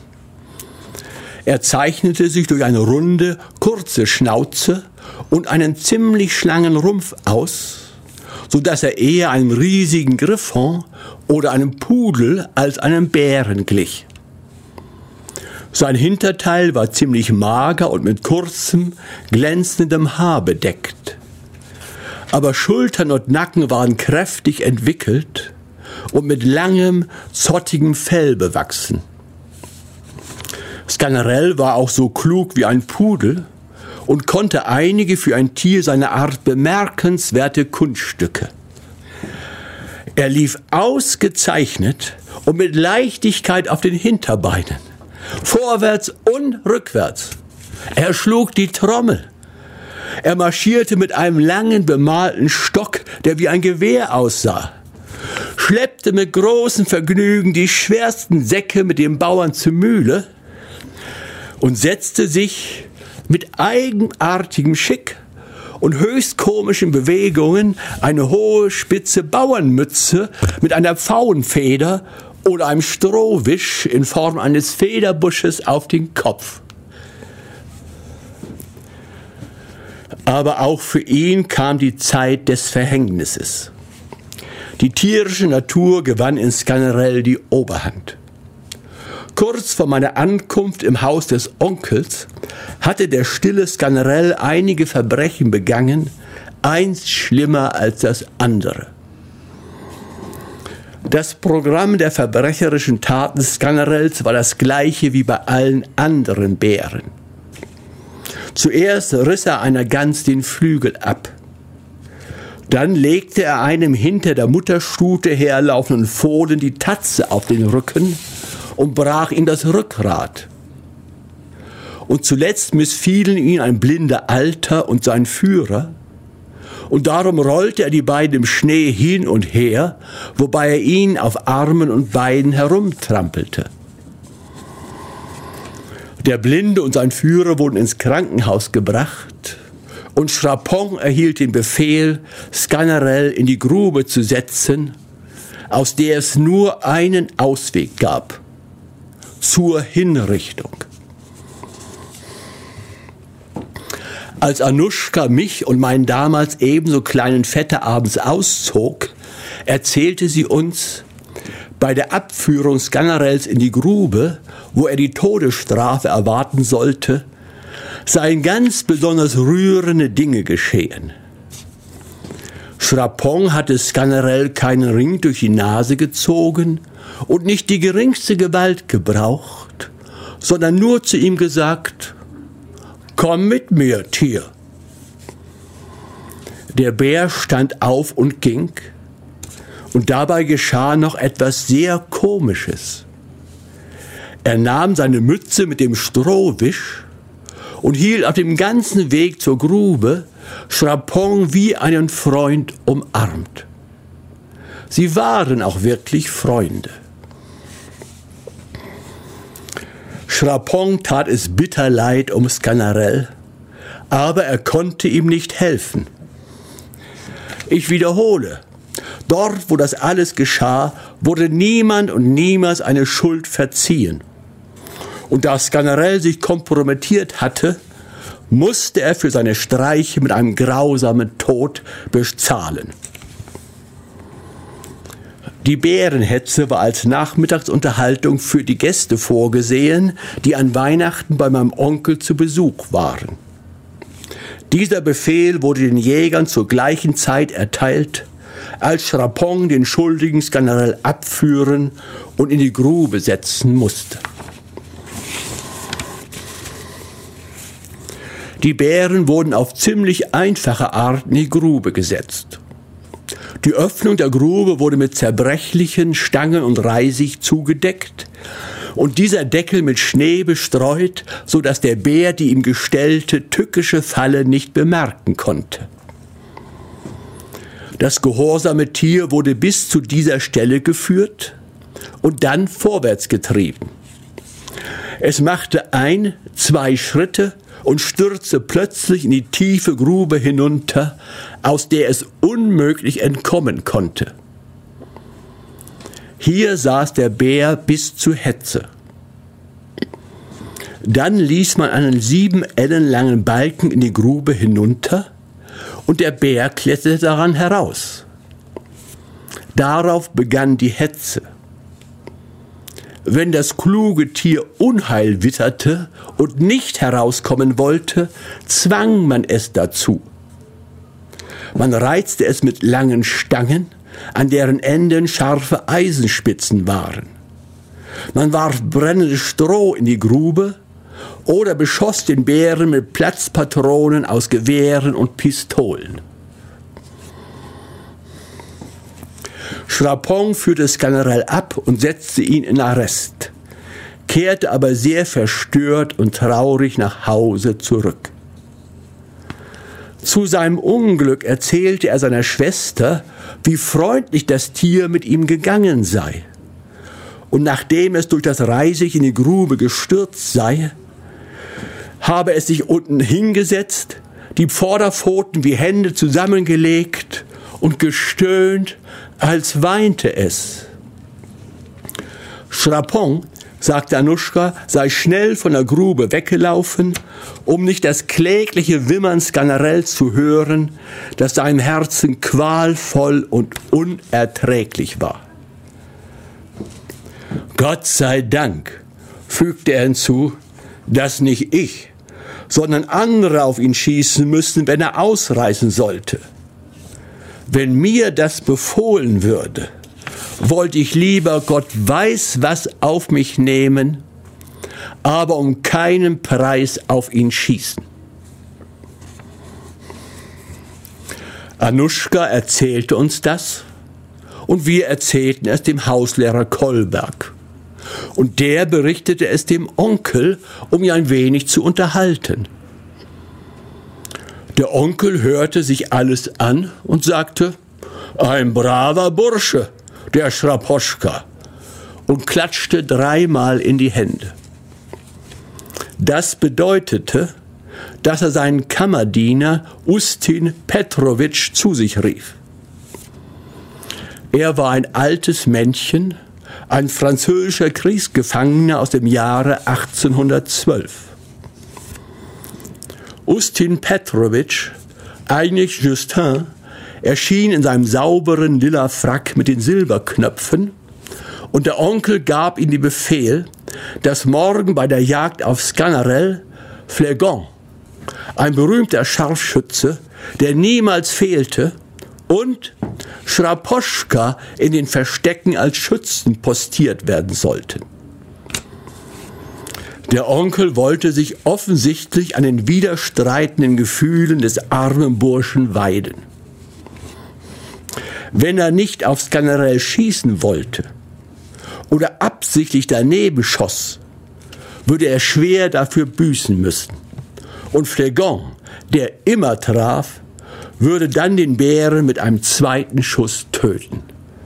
Er zeichnete sich durch eine runde, kurze Schnauze und einen ziemlich schlangen Rumpf aus, so dass er eher einem riesigen Griffon oder einem Pudel als einem Bären glich. Sein Hinterteil war ziemlich mager und mit kurzem, glänzendem Haar bedeckt. Aber Schultern und Nacken waren kräftig entwickelt und mit langem, zottigem Fell bewachsen. Sganarell war auch so klug wie ein Pudel und konnte einige für ein Tier seiner Art bemerkenswerte Kunststücke. Er lief ausgezeichnet und mit Leichtigkeit auf den Hinterbeinen, vorwärts und rückwärts. Er schlug die Trommel. Er marschierte mit einem langen, bemalten Stock, der wie ein Gewehr aussah, schleppte mit großem Vergnügen die schwersten Säcke mit den Bauern zur Mühle und setzte sich mit eigenartigem Schick und höchst komischen Bewegungen eine hohe, spitze Bauernmütze mit einer Pfauenfeder oder einem Strohwisch in Form eines Federbusches auf den Kopf. Aber auch für ihn kam die Zeit des Verhängnisses. Die tierische Natur gewann in Sganarell die Oberhand. Kurz vor meiner Ankunft im Haus des Onkels hatte der stille Sganarell einige Verbrechen begangen, eins schlimmer als das andere. Das Programm der verbrecherischen Taten Sganarells war das gleiche wie bei allen anderen Bären. Zuerst riss er einer Gans den Flügel ab. Dann legte er einem hinter der Mutterstute herlaufenden Fohlen die Tatze auf den Rücken und brach ihm das Rückgrat. Und zuletzt missfielen ihm ein blinder Alter und sein Führer, und darum rollte er die beiden im Schnee hin und her, wobei er ihn auf Armen und Beinen herumtrampelte. Der Blinde und sein Führer wurden ins Krankenhaus gebracht und Schrapon erhielt den Befehl, Sganarell in die Grube zu setzen, aus der es nur einen Ausweg gab: zur Hinrichtung. Als Anuschka mich und meinen damals ebenso kleinen Vetter abends auszog, erzählte sie uns, bei der Abführung Sganarells in die Grube, wo er die Todesstrafe erwarten sollte, seien ganz besonders rührende Dinge geschehen. Schrapon hatte Sganarell keinen Ring durch die Nase gezogen und nicht die geringste Gewalt gebraucht, sondern nur zu ihm gesagt: »Komm mit mir, Tier.« Der Bär stand auf und ging, und dabei geschah noch etwas sehr Komisches. Er nahm seine Mütze mit dem Strohwisch und hielt auf dem ganzen Weg zur Grube Schrapon wie einen Freund umarmt. Sie waren auch wirklich Freunde. Schrapon tat es bitter leid um Sganarell, aber er konnte ihm nicht helfen. Ich wiederhole, dort, wo das alles geschah, wurde niemand und niemals eine Schuld verziehen. Und da Sganarell sich kompromittiert hatte, musste er für seine Streiche mit einem grausamen Tod bezahlen. Die Bärenhetze war als Nachmittagsunterhaltung für die Gäste vorgesehen, die an Weihnachten bei meinem Onkel zu Besuch waren. Dieser Befehl wurde den Jägern zur gleichen Zeit erteilt, als Schrapon den schuldigen Sganarell abführen und in die Grube setzen musste. Die Bären wurden auf ziemlich einfache Art in die Grube gesetzt. Die Öffnung der Grube wurde mit zerbrechlichen Stangen und Reisig zugedeckt und dieser Deckel mit Schnee bestreut, so dass der Bär die ihm gestellte tückische Falle nicht bemerken konnte. Das gehorsame Tier wurde bis zu dieser Stelle geführt und dann vorwärts getrieben. Es machte ein, zwei Schritte und stürzte plötzlich in die tiefe Grube hinunter, aus der es unmöglich entkommen konnte. Hier saß der Bär bis zur Hetze. Dann ließ man einen sieben Ellen langen Balken in die Grube hinunter und der Bär kletterte daran heraus. Darauf begann die Hetze. Wenn das kluge Tier Unheil witterte und nicht herauskommen wollte, zwang man es dazu. Man reizte es mit langen Stangen, an deren Enden scharfe Eisenspitzen waren. Man warf brennendes Stroh in die Grube oder beschoss den Bären mit Platzpatronen aus Gewehren und Pistolen. Schrapon führte Sganarelle ab und setzte ihn in Arrest, kehrte aber sehr verstört und traurig nach Hause zurück. Zu seinem Unglück erzählte er seiner Schwester, wie freundlich das Tier mit ihm gegangen sei. Und nachdem es durch das Reisig in die Grube gestürzt sei, habe es sich unten hingesetzt, die Vorderpfoten wie Hände zusammengelegt und gestöhnt, als weinte es. Schrapon, sagte Anuschka, sei schnell von der Grube weggelaufen, um nicht das klägliche Wimmern Sganarelles zu hören, das seinem Herzen qualvoll und unerträglich war. Gott sei Dank, fügte er hinzu, dass nicht ich, sondern andere auf ihn schießen müssen, wenn er ausreißen sollte. Wenn mir das befohlen würde, wollte ich lieber Gott weiß was auf mich nehmen, aber um keinen Preis auf ihn schießen. Anuschka erzählte uns das und wir erzählten es dem Hauslehrer Kolberg. Und der berichtete es dem Onkel, um ihn ein wenig zu unterhalten. Der Onkel hörte sich alles an und sagte, ein braver Bursche, der Schraposchka, und klatschte dreimal in die Hände. Das bedeutete, dass er seinen Kammerdiener Ustin Petrowitsch zu sich rief. Er war ein altes Männchen, ein französischer Kriegsgefangener aus dem Jahre achtzehnhundertzwölf. Ustin Petrowitsch, eigentlich Justin, erschien in seinem sauberen lila Frack mit den Silberknöpfen und der Onkel gab ihm den Befehl, dass morgen bei der Jagd auf Sganarelle Flegon, ein berühmter Scharfschütze, der niemals fehlte, und Schraposchka in den Verstecken als Schützen postiert werden sollten. Der Onkel wollte sich offensichtlich an den widerstreitenden Gefühlen des armen Burschen weiden. Wenn er nicht auf Sganarelle schießen wollte oder absichtlich daneben schoss, würde er schwer dafür büßen müssen. Und Flegon, der immer traf, würde dann den Bären mit einem zweiten Schuss töten.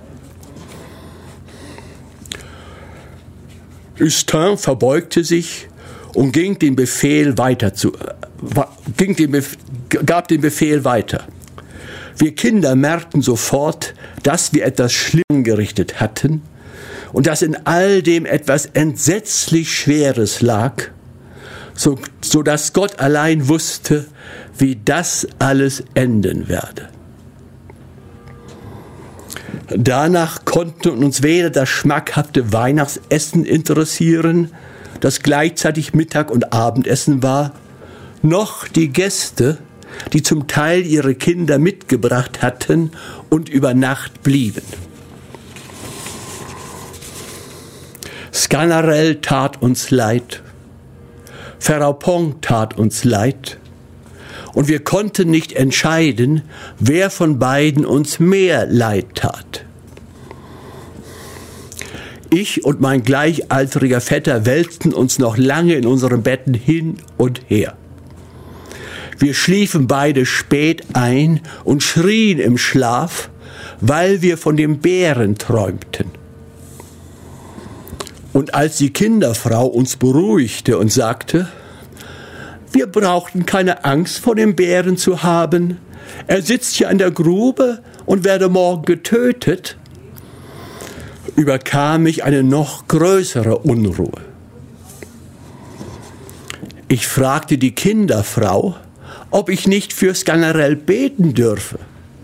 Justin verbeugte sich und ging den Befehl weiter zu, ging den Bef- gab den Befehl weiter. Wir Kinder merkten sofort, dass wir etwas Schlimmes gerichtet hatten und dass in all dem etwas entsetzlich Schweres lag, so, so dass Gott allein wusste, wie das alles enden werde. Danach konnte uns weder das schmackhafte Weihnachtsessen interessieren, das gleichzeitig Mittag- und Abendessen war, noch die Gäste, die zum Teil ihre Kinder mitgebracht hatten und über Nacht blieben. Sganarelle tat uns leid, Ferapont tat uns leid, und wir konnten nicht entscheiden, wer von beiden uns mehr leid tat. Ich und mein gleichaltriger Vetter wälzten uns noch lange in unseren Betten hin und her. Wir schliefen beide spät ein und schrien im Schlaf, weil wir von dem Bären träumten. Und als die Kinderfrau uns beruhigte und sagte, wir brauchten keine Angst vor dem Bären zu haben, er sitzt hier in der Grube und werde morgen getötet, überkam mich eine noch größere Unruhe. Ich fragte die Kinderfrau, ob ich nicht für Sganarelle beten dürfe.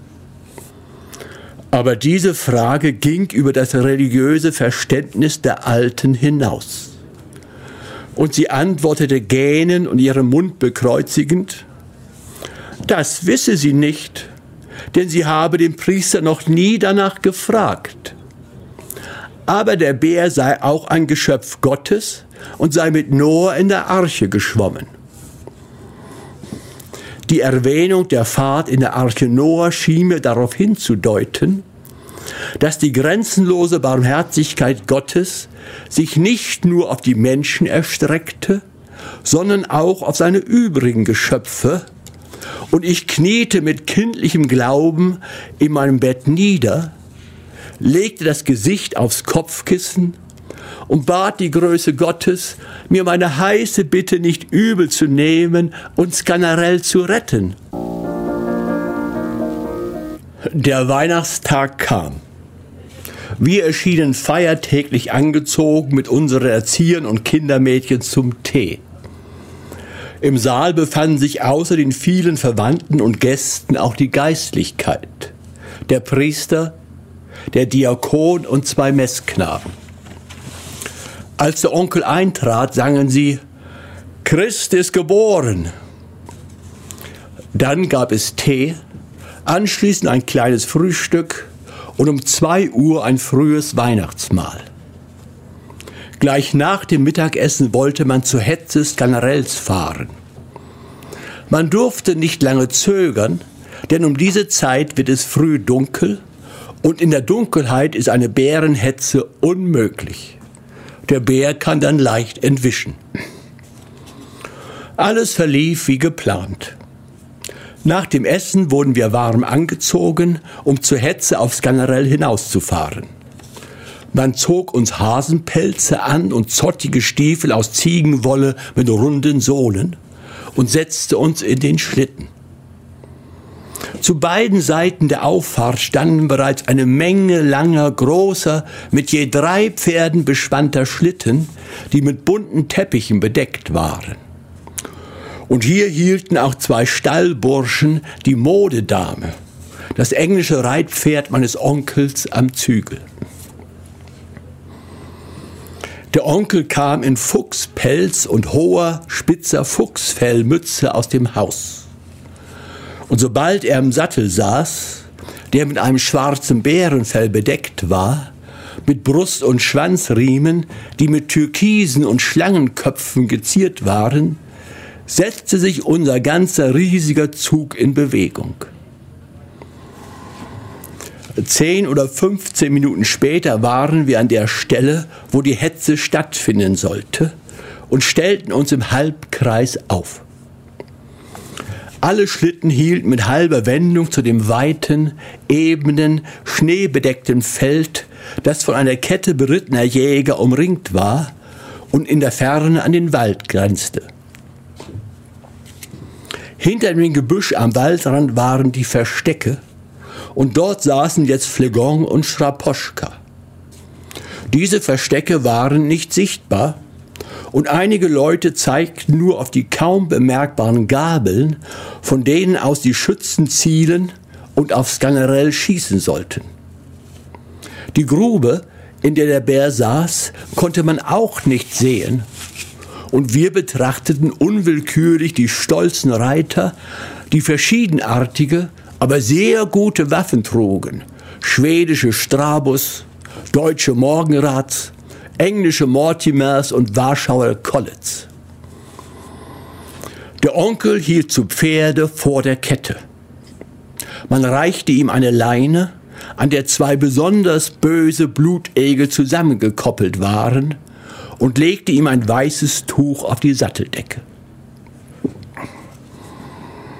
Aber diese Frage ging über das religiöse Verständnis der Alten hinaus. Und sie antwortete gähnend und ihren Mund bekreuzigend, das wisse sie nicht, denn sie habe den Priester noch nie danach gefragt. Aber der Bär sei auch ein Geschöpf Gottes und sei mit Noah in der Arche geschwommen. Die Erwähnung der Fahrt in der Arche Noah schien mir darauf hinzudeuten, dass die grenzenlose Barmherzigkeit Gottes sich nicht nur auf die Menschen erstreckte, sondern auch auf seine übrigen Geschöpfe, und ich kniete mit kindlichem Glauben in meinem Bett nieder, legte das Gesicht aufs Kopfkissen und bat die Größe Gottes, mir meine heiße Bitte nicht übel zu nehmen und Sganarelle zu retten. Der Weihnachtstag kam. Wir erschienen feiertäglich angezogen mit unseren Erziehern und Kindermädchen zum Tee. Im Saal befanden sich außer den vielen Verwandten und Gästen auch die Geistlichkeit, der Priester, der Diakon und zwei Messknaben. Als der Onkel eintrat, sangen sie, Christ ist geboren. Dann gab es Tee, anschließend ein kleines Frühstück und um zwei Uhr ein frühes Weihnachtsmahl. Gleich nach dem Mittagessen wollte man zur Hetze Sganarelles fahren. Man durfte nicht lange zögern, denn um diese Zeit wird es früh dunkel und in der Dunkelheit ist eine Bärenhetze unmöglich. Der Bär kann dann leicht entwischen. Alles verlief wie geplant. Nach dem Essen wurden wir warm angezogen, um zur Hetze auf Sganarelle hinauszufahren. Man zog uns Hasenpelze an und zottige Stiefel aus Ziegenwolle mit runden Sohlen und setzte uns in den Schlitten. Zu beiden Seiten der Auffahrt standen bereits eine Menge langer, großer, mit je drei Pferden bespannter Schlitten, die mit bunten Teppichen bedeckt waren. Und hier hielten auch zwei Stallburschen die Modedame, das englische Reitpferd meines Onkels, am Zügel. Der Onkel kam in Fuchspelz und hoher, spitzer Fuchsfellmütze aus dem Haus. Und sobald er im Sattel saß, der mit einem schwarzen Bärenfell bedeckt war, mit Brust- und Schwanzriemen, die mit Türkisen und Schlangenköpfen geziert waren, setzte sich unser ganzer riesiger Zug in Bewegung. Zehn oder fünfzehn Minuten später waren wir an der Stelle, wo die Hetze stattfinden sollte, und stellten uns im Halbkreis auf. Alle Schlitten hielten mit halber Wendung zu dem weiten, ebenen, schneebedeckten Feld, das von einer Kette berittener Jäger umringt war und in der Ferne an den Wald grenzte. Hinter dem Gebüsch am Waldrand waren die Verstecke, und dort saßen jetzt Phlegon und Schraposchka. Diese Verstecke waren nicht sichtbar, und einige Leute zeigten nur auf die kaum bemerkbaren Gabeln, von denen aus die Schützen zielen und auf Sganarelle schießen sollten. Die Grube, in der der Bär saß, konnte man auch nicht sehen, und wir betrachteten unwillkürlich die stolzen Reiter, die verschiedenartige, aber sehr gute Waffen trugen, schwedische Strabus, deutsche Morgenrats, englische Mortimers und Warschauer Kollets. Der Onkel hielt zu Pferde vor der Kette. Man reichte ihm eine Leine, an der zwei besonders böse Blutegel zusammengekoppelt waren, und legte ihm ein weißes Tuch auf die Satteldecke.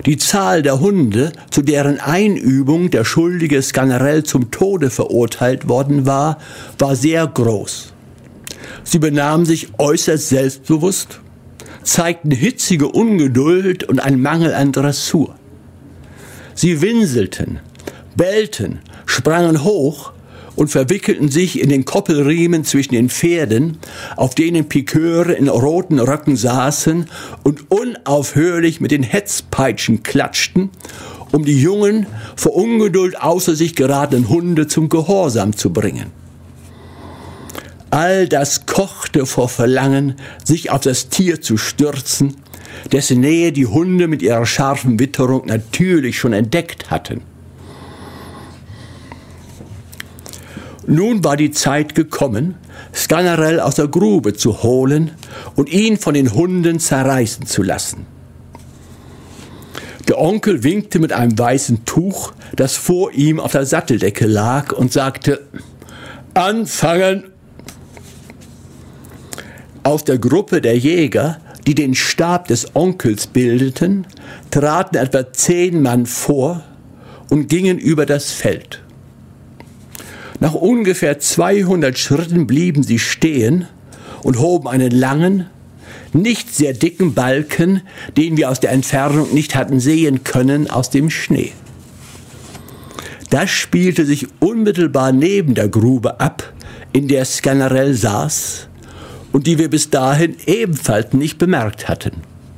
Die Zahl der Hunde, zu deren Einübung der schuldige Sganarelle zum Tode verurteilt worden war, war sehr groß. Sie benahmen sich äußerst selbstbewusst, zeigten hitzige Ungeduld und einen Mangel an Dressur. Sie winselten, bellten, sprangen hoch und verwickelten sich in den Koppelriemen zwischen den Pferden, auf denen Piköre in roten Röcken saßen und unaufhörlich mit den Hetzpeitschen klatschten, um die jungen, vor Ungeduld außer sich geratenen Hunde zum Gehorsam zu bringen. All das kochte vor Verlangen, sich auf das Tier zu stürzen, dessen Nähe die Hunde mit ihrer scharfen Witterung natürlich schon entdeckt hatten. Nun war die Zeit gekommen, Sganarelle aus der Grube zu holen und ihn von den Hunden zerreißen zu lassen. Der Onkel winkte mit einem weißen Tuch, das vor ihm auf der Satteldecke lag, und sagte: »Anfangen!« Aus der Gruppe der Jäger, die den Stab des Onkels bildeten, traten etwa zehn Mann vor und gingen über das Feld. Nach ungefähr zweihundert Schritten blieben sie stehen und hoben einen langen, nicht sehr dicken Balken, den wir aus der Entfernung nicht hatten sehen können, aus dem Schnee. Das spielte sich unmittelbar neben der Grube ab, in der Sganarelle saß und die wir bis dahin ebenfalls nicht bemerkt hatten.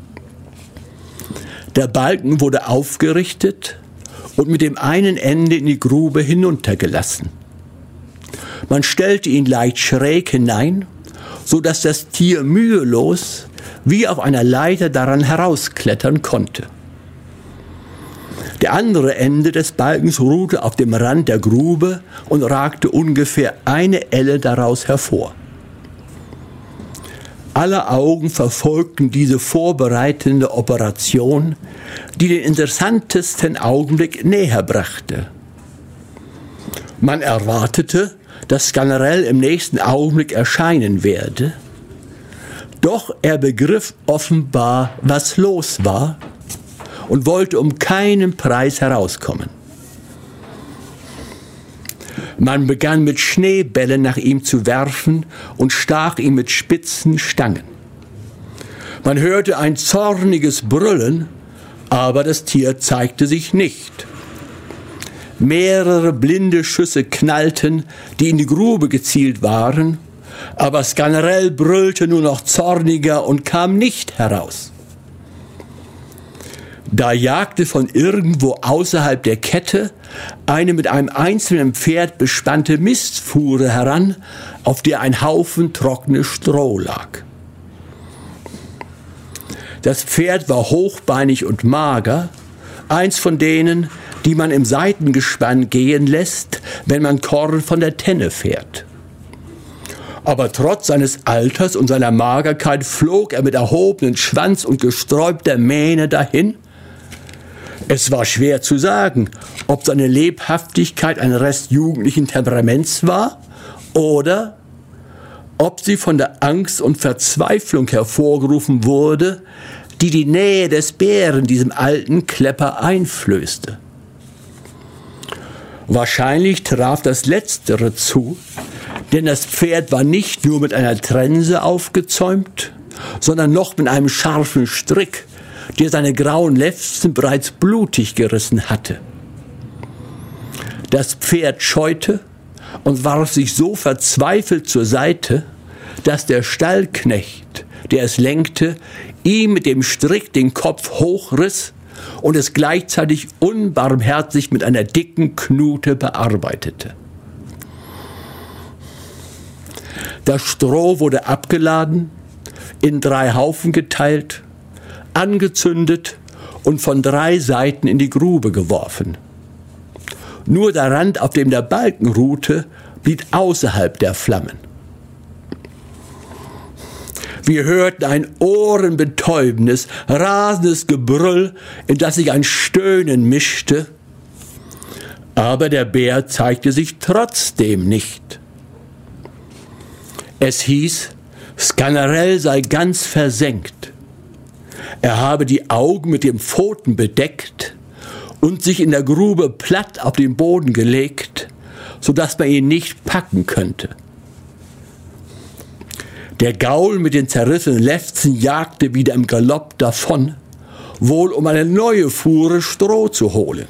Der Balken wurde aufgerichtet und mit dem einen Ende in die Grube hinuntergelassen. Man stellte ihn leicht schräg hinein, so dass das Tier mühelos wie auf einer Leiter daran herausklettern konnte. Der andere Ende des Balkens ruhte auf dem Rand der Grube und ragte ungefähr eine Elle daraus hervor. Alle Augen verfolgten diese vorbereitende Operation, die den interessantesten Augenblick näher brachte. Man erwartete, dass Sganarelle im nächsten Augenblick erscheinen werde. Doch er begriff offenbar, was los war, und wollte um keinen Preis herauskommen. Man begann mit Schneebällen nach ihm zu werfen und stach ihn mit spitzen Stangen. Man hörte ein zorniges Brüllen, aber das Tier zeigte sich nicht. Mehrere blinde Schüsse knallten, die in die Grube gezielt waren, aber Sganarelle brüllte nur noch zorniger und kam nicht heraus. Da jagte von irgendwo außerhalb der Kette eine mit einem einzelnen Pferd bespannte Mistfuhre heran, auf der ein Haufen trockenes Stroh lag. Das Pferd war hochbeinig und mager, eins von denen, die man im Seitengespann gehen lässt, wenn man Korn von der Tenne fährt. Aber trotz seines Alters und seiner Magerkeit flog er mit erhobenem Schwanz und gesträubter Mähne dahin. Es war schwer zu sagen, ob seine Lebhaftigkeit ein Rest jugendlichen Temperaments war oder ob sie von der Angst und Verzweiflung hervorgerufen wurde, die die Nähe des Bären diesem alten Klepper einflößte. Wahrscheinlich traf das Letztere zu, denn das Pferd war nicht nur mit einer Trense aufgezäumt, sondern noch mit einem scharfen Strick, der seine grauen Lefzen bereits blutig gerissen hatte. Das Pferd scheute und warf sich so verzweifelt zur Seite, dass der Stallknecht, der es lenkte, ihm mit dem Strick den Kopf hochriss und es gleichzeitig unbarmherzig mit einer dicken Knute bearbeitete. Das Stroh wurde abgeladen, in drei Haufen geteilt, angezündet und von drei Seiten in die Grube geworfen. Nur der Rand, auf dem der Balken ruhte, blieb außerhalb der Flammen. Wir hörten ein ohrenbetäubendes, rasendes Gebrüll, in das sich ein Stöhnen mischte. Aber der Bär zeigte sich trotzdem nicht. Es hieß, Sganarelle sei ganz versenkt. Er habe die Augen mit den Pfoten bedeckt und sich in der Grube platt auf den Boden gelegt, sodass man ihn nicht packen könnte. Der Gaul mit den zerrissenen Lefzen jagte wieder im Galopp davon, wohl um eine neue Fuhre Stroh zu holen.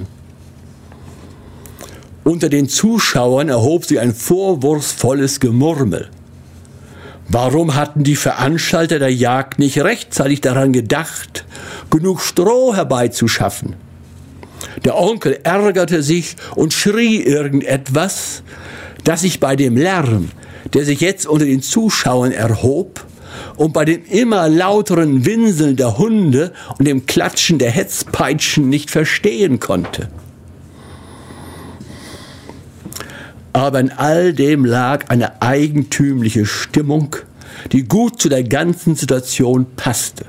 Unter den Zuschauern erhob sich ein vorwurfsvolles Gemurmel. Warum hatten die Veranstalter der Jagd nicht rechtzeitig daran gedacht, genug Stroh herbeizuschaffen? Der Onkel ärgerte sich und schrie irgendetwas, das sich bei dem Lärm, der sich jetzt unter den Zuschauern erhob, und bei dem immer lauteren Winseln der Hunde und dem Klatschen der Hetzpeitschen nicht verstehen konnte. Aber in all dem lag eine eigentümliche Stimmung, die gut zu der ganzen Situation passte.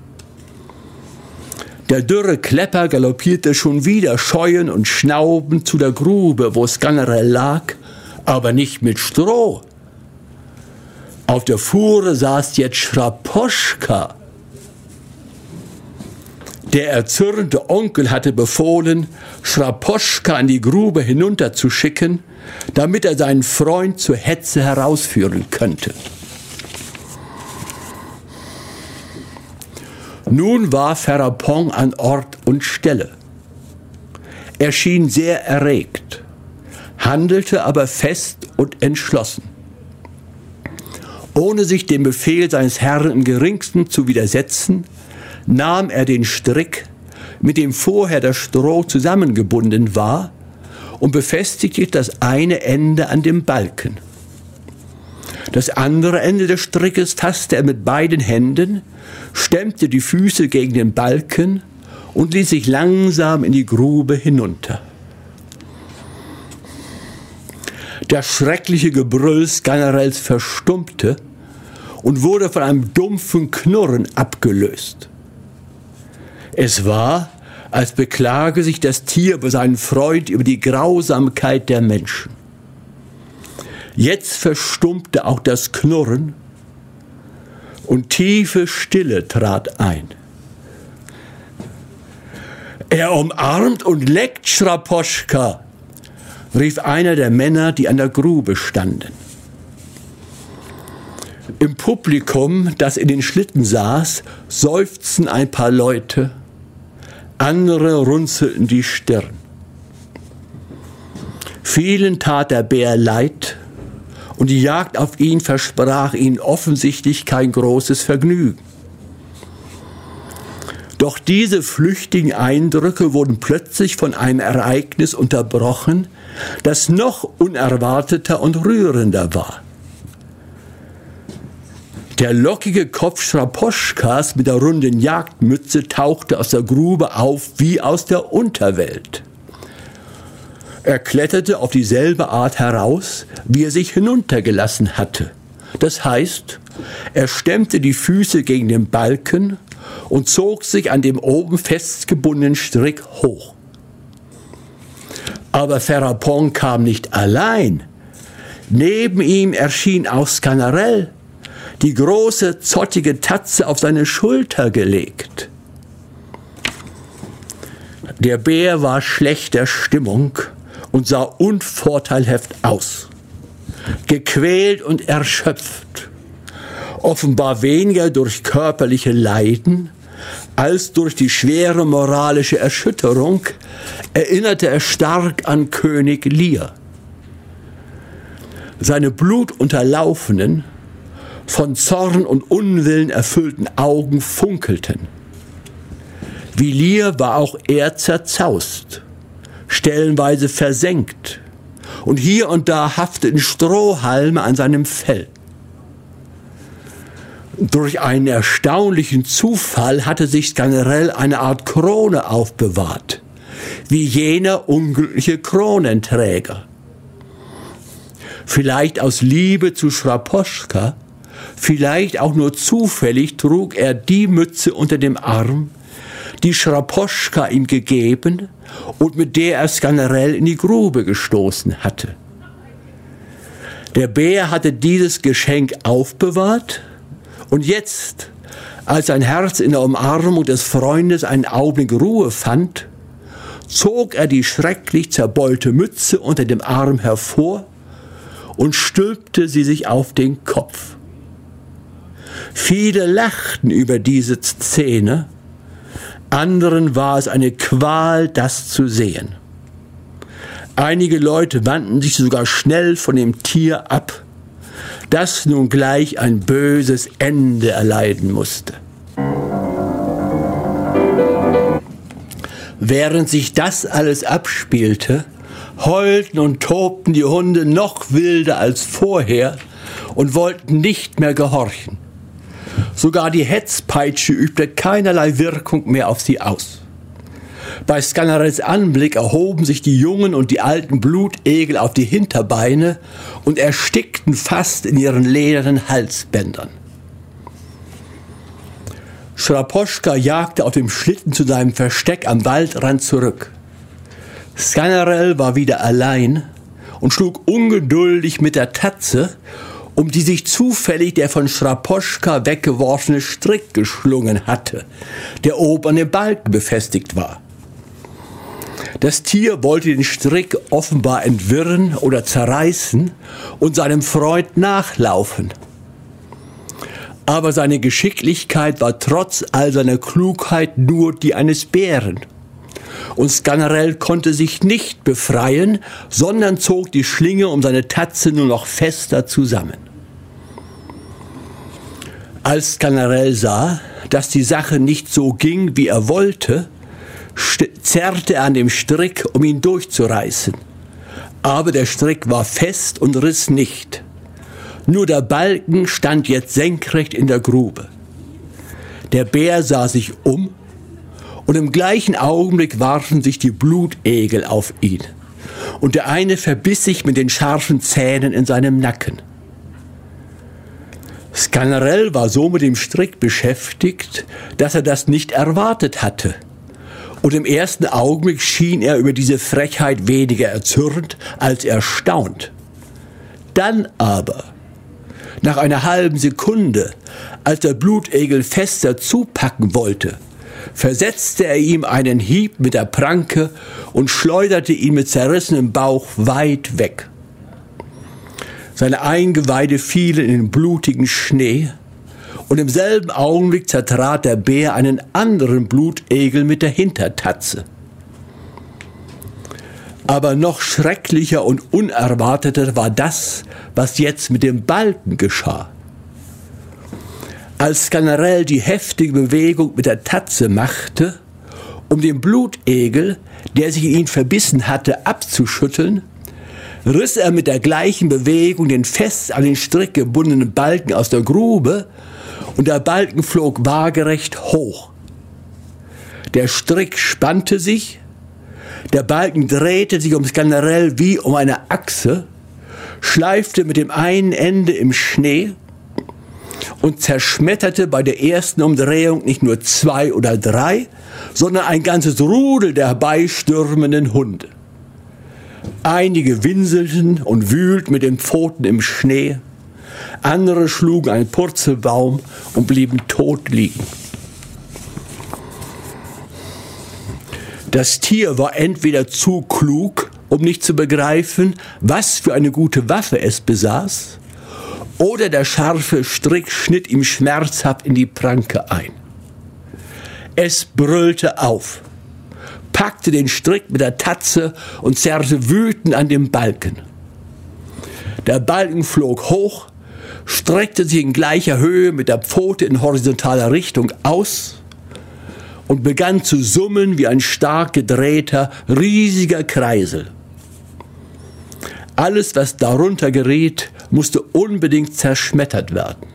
Der dürre Klepper galoppierte schon wieder scheuend und schnaubend zu der Grube, wo Sganarelle lag, aber nicht mit Stroh. Auf der Fuhre saß jetzt Schraposchka. Der erzürnte Onkel hatte befohlen, Schraposchka in die Grube hinunterzuschicken, damit er seinen Freund zur Hetze herausführen könnte. Nun war Pherapon an Ort und Stelle. Er schien sehr erregt, handelte aber fest und entschlossen. Ohne sich dem Befehl seines Herrn im geringsten zu widersetzen, nahm er den Strick, mit dem vorher das Stroh zusammengebunden war, und befestigte das eine Ende an dem Balken. Das andere Ende des Strickes fasste er mit beiden Händen, stemmte die Füße gegen den Balken und ließ sich langsam in die Grube hinunter. Das schreckliche Gebrüll Sganarelles verstummte und wurde von einem dumpfen Knurren abgelöst. Es war, als beklage sich das Tier bei seinem Freund über die Grausamkeit der Menschen. Jetzt verstummte auch das Knurren und tiefe Stille trat ein. Er umarmt und leckt Schraposchka, rief einer der Männer, die an der Grube standen. Im Publikum, das in den Schlitten saß, seufzten ein paar Leute, andere runzelten die Stirn. Vielen tat der Bär leid, und die Jagd auf ihn versprach ihnen offensichtlich kein großes Vergnügen. Doch diese flüchtigen Eindrücke wurden plötzlich von einem Ereignis unterbrochen, das noch unerwarteter und rührender war. Der lockige Kopf Schraposchkas mit der runden Jagdmütze tauchte aus der Grube auf wie aus der Unterwelt. Er kletterte auf dieselbe Art heraus, wie er sich hinuntergelassen hatte. Das heißt, er stemmte die Füße gegen den Balken und zog sich an dem oben festgebundenen Strick hoch. Aber Pherapon kam nicht allein. Neben ihm erschien auch Sganarelle, die große, zottige Tatze auf seine Schulter gelegt. Der Bär war schlechter Stimmung und sah unvorteilhaft aus, gequält und erschöpft, offenbar weniger durch körperliche Leiden als durch die schwere moralische Erschütterung, erinnerte er stark an König Lear. Seine blutunterlaufenen, von Zorn und Unwillen erfüllten Augen funkelten. Wie Lear war auch er zerzaust, stellenweise versenkt, und hier und da hafteten Strohhalme an seinem Fell. Durch einen erstaunlichen Zufall hatte sich Sganarelle eine Art Krone aufbewahrt, wie jener unglückliche Kronenträger. Vielleicht aus Liebe zu Schraposchka, vielleicht auch nur zufällig trug er die Mütze unter dem Arm, die Schraposchka ihm gegeben und mit der er Sganarelle in die Grube gestoßen hatte. Der Bär hatte dieses Geschenk aufbewahrt und jetzt, Als sein Herz in der Umarmung des Freundes einen Augenblick Ruhe fand, zog er die schrecklich zerbeulte Mütze unter dem Arm hervor und stülpte sie sich auf den Kopf. Viele lachten über diese Szene, anderen war es eine Qual, das zu sehen. Einige Leute wandten sich sogar schnell von dem Tier ab, das nun gleich ein böses Ende erleiden musste. Während sich das alles abspielte, heulten und tobten die Hunde noch wilder als vorher und wollten nicht mehr gehorchen. Sogar die Hetzpeitsche übte keinerlei Wirkung mehr auf sie aus. Bei Sganarells Anblick erhoben sich die jungen und die alten Blutegel auf die Hinterbeine und erstickten fast in ihren ledernen Halsbändern. Schraposchka jagte auf dem Schlitten zu seinem Versteck am Waldrand zurück. Sganarell war wieder allein und schlug ungeduldig mit der Tatze, um die sich zufällig der von Schraposchka weggeworfene Strick geschlungen hatte, der oben an dem Balken befestigt war. Das Tier wollte den Strick offenbar entwirren oder zerreißen und seinem Freund nachlaufen. Aber seine Geschicklichkeit war trotz all seiner Klugheit nur die eines Bären. Und Sganarell konnte sich nicht befreien, sondern zog die Schlinge um seine Tatze nur noch fester zusammen. Als Sganarell sah, dass die Sache nicht so ging, wie er wollte, zerrte er an dem Strick, um ihn durchzureißen. Aber der Strick war fest und riss nicht. Nur der Balken stand jetzt senkrecht in der Grube. Der Bär sah sich um und im gleichen Augenblick warfen sich die Blutegel auf ihn. Und der eine verbiss sich mit den scharfen Zähnen in seinem Nacken. Sganarell war so mit dem Strick beschäftigt, dass er das nicht erwartet hatte. Und im ersten Augenblick schien er über diese Frechheit weniger erzürnt als erstaunt. Dann aber, nach einer halben Sekunde, als der Blutegel fester zupacken wollte, versetzte er ihm einen Hieb mit der Pranke und schleuderte ihn mit zerrissenem Bauch weit weg. Seine Eingeweide fielen in den blutigen Schnee, und im selben Augenblick zertrat der Bär einen anderen Blutegel mit der Hintertatze. Aber noch schrecklicher und unerwarteter war das, was jetzt mit dem Balken geschah. Als Sganarell die heftige Bewegung mit der Tatze machte, um den Blutegel, der sich in ihn verbissen hatte, abzuschütteln, riss er mit der gleichen Bewegung den fest an den Strick gebundenen Balken aus der Grube, und der Balken flog waagerecht hoch. Der Strick spannte sich, der Balken drehte sich um Sganarell wie um eine Achse, schleifte mit dem einen Ende im Schnee und zerschmetterte bei der ersten Umdrehung nicht nur zwei oder drei, sondern ein ganzes Rudel der herbeistürmenden Hunde. Einige winselten und wühlten mit den Pfoten im Schnee, andere schlugen einen Purzelbaum und blieben tot liegen. Das Tier war entweder zu klug, um nicht zu begreifen, was für eine gute Waffe es besaß, oder der scharfe Strick schnitt ihm schmerzhaft in die Pranke ein. Es brüllte auf, packte den Strick mit der Tatze und zerrte wütend an dem Balken. Der Balken flog hoch, streckte sich in gleicher Höhe mit der Pfote in horizontaler Richtung aus und begann zu summen wie ein stark gedrehter, riesiger Kreisel. Alles, was darunter geriet, musste unbedingt zerschmettert werden.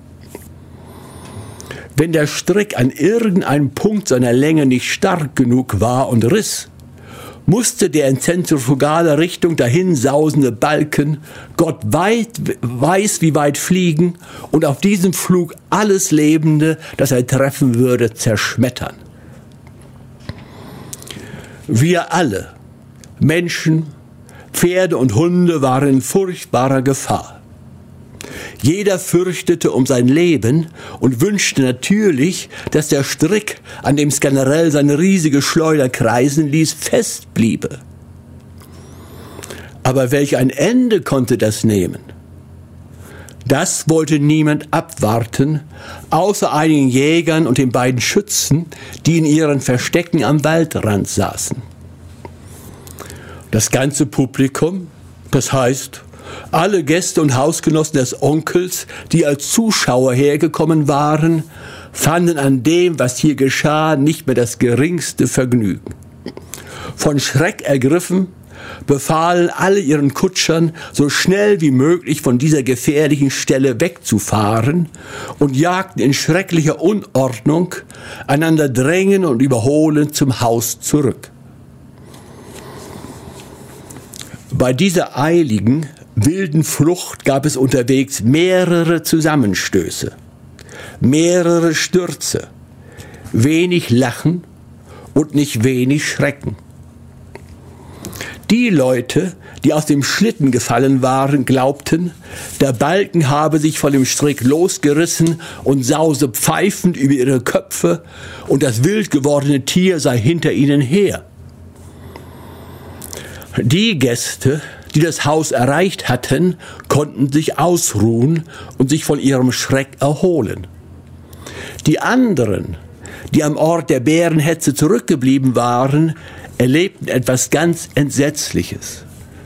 Wenn der Strick an irgendeinem Punkt seiner Länge nicht stark genug war und riss, musste der in zentrifugaler Richtung dahinsausende Balken Gott weit, weiß wie weit fliegen und auf diesem Flug alles Lebende, das er treffen würde, zerschmettern. Wir alle, Menschen, Pferde und Hunde, waren in furchtbarer Gefahr. Jeder fürchtete um sein Leben und wünschte natürlich, dass der Strick, an dem Sganarelle seine riesige Schleuder kreisen ließ, fest bliebe. Aber welch ein Ende konnte das nehmen? Das wollte niemand abwarten, außer einigen Jägern und den beiden Schützen, die in ihren Verstecken am Waldrand saßen. Das ganze Publikum, das heißt, alle Gäste und Hausgenossen des Onkels, die als Zuschauer hergekommen waren, fanden an dem, was hier geschah, nicht mehr das geringste Vergnügen. Von Schreck ergriffen, befahlen alle ihren Kutschern, so schnell wie möglich von dieser gefährlichen Stelle wegzufahren und jagten in schrecklicher Unordnung, einander drängen und überholen zum Haus zurück. Bei dieser eiligen, wilden Flucht gab es unterwegs mehrere Zusammenstöße, mehrere Stürze, wenig Lachen und nicht wenig Schrecken. Die Leute, die aus dem Schlitten gefallen waren, glaubten, der Balken habe sich von dem Strick losgerissen und sause pfeifend über ihre Köpfe und das wild gewordene Tier sei hinter ihnen her. Die Gäste, die das Haus erreicht hatten, konnten sich ausruhen und sich von ihrem Schreck erholen. Die anderen, die am Ort der Bärenhetze zurückgeblieben waren, erlebten etwas ganz Entsetzliches.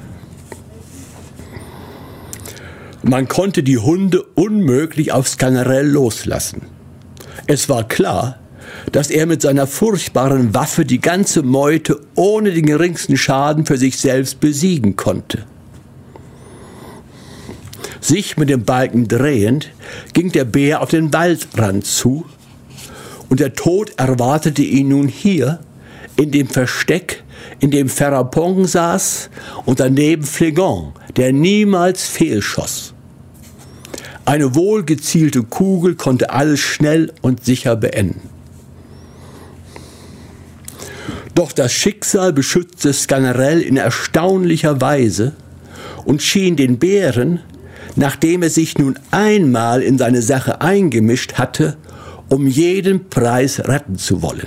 Man konnte die Hunde unmöglich auf Sganarelle loslassen. Es war klar, dass er mit seiner furchtbaren Waffe die ganze Meute ohne den geringsten Schaden für sich selbst besiegen konnte. Sich mit dem Balken drehend, ging der Bär auf den Waldrand zu, und der Tod erwartete ihn nun hier, in dem Versteck, in dem Ferapong saß und daneben Flegon, der niemals fehlschoss. Eine wohlgezielte Kugel konnte alles schnell und sicher beenden. Doch das Schicksal beschützte Sganarelle in erstaunlicher Weise und schien den Bären, nachdem er sich nun einmal in seine Sache eingemischt hatte, um jeden Preis retten zu wollen.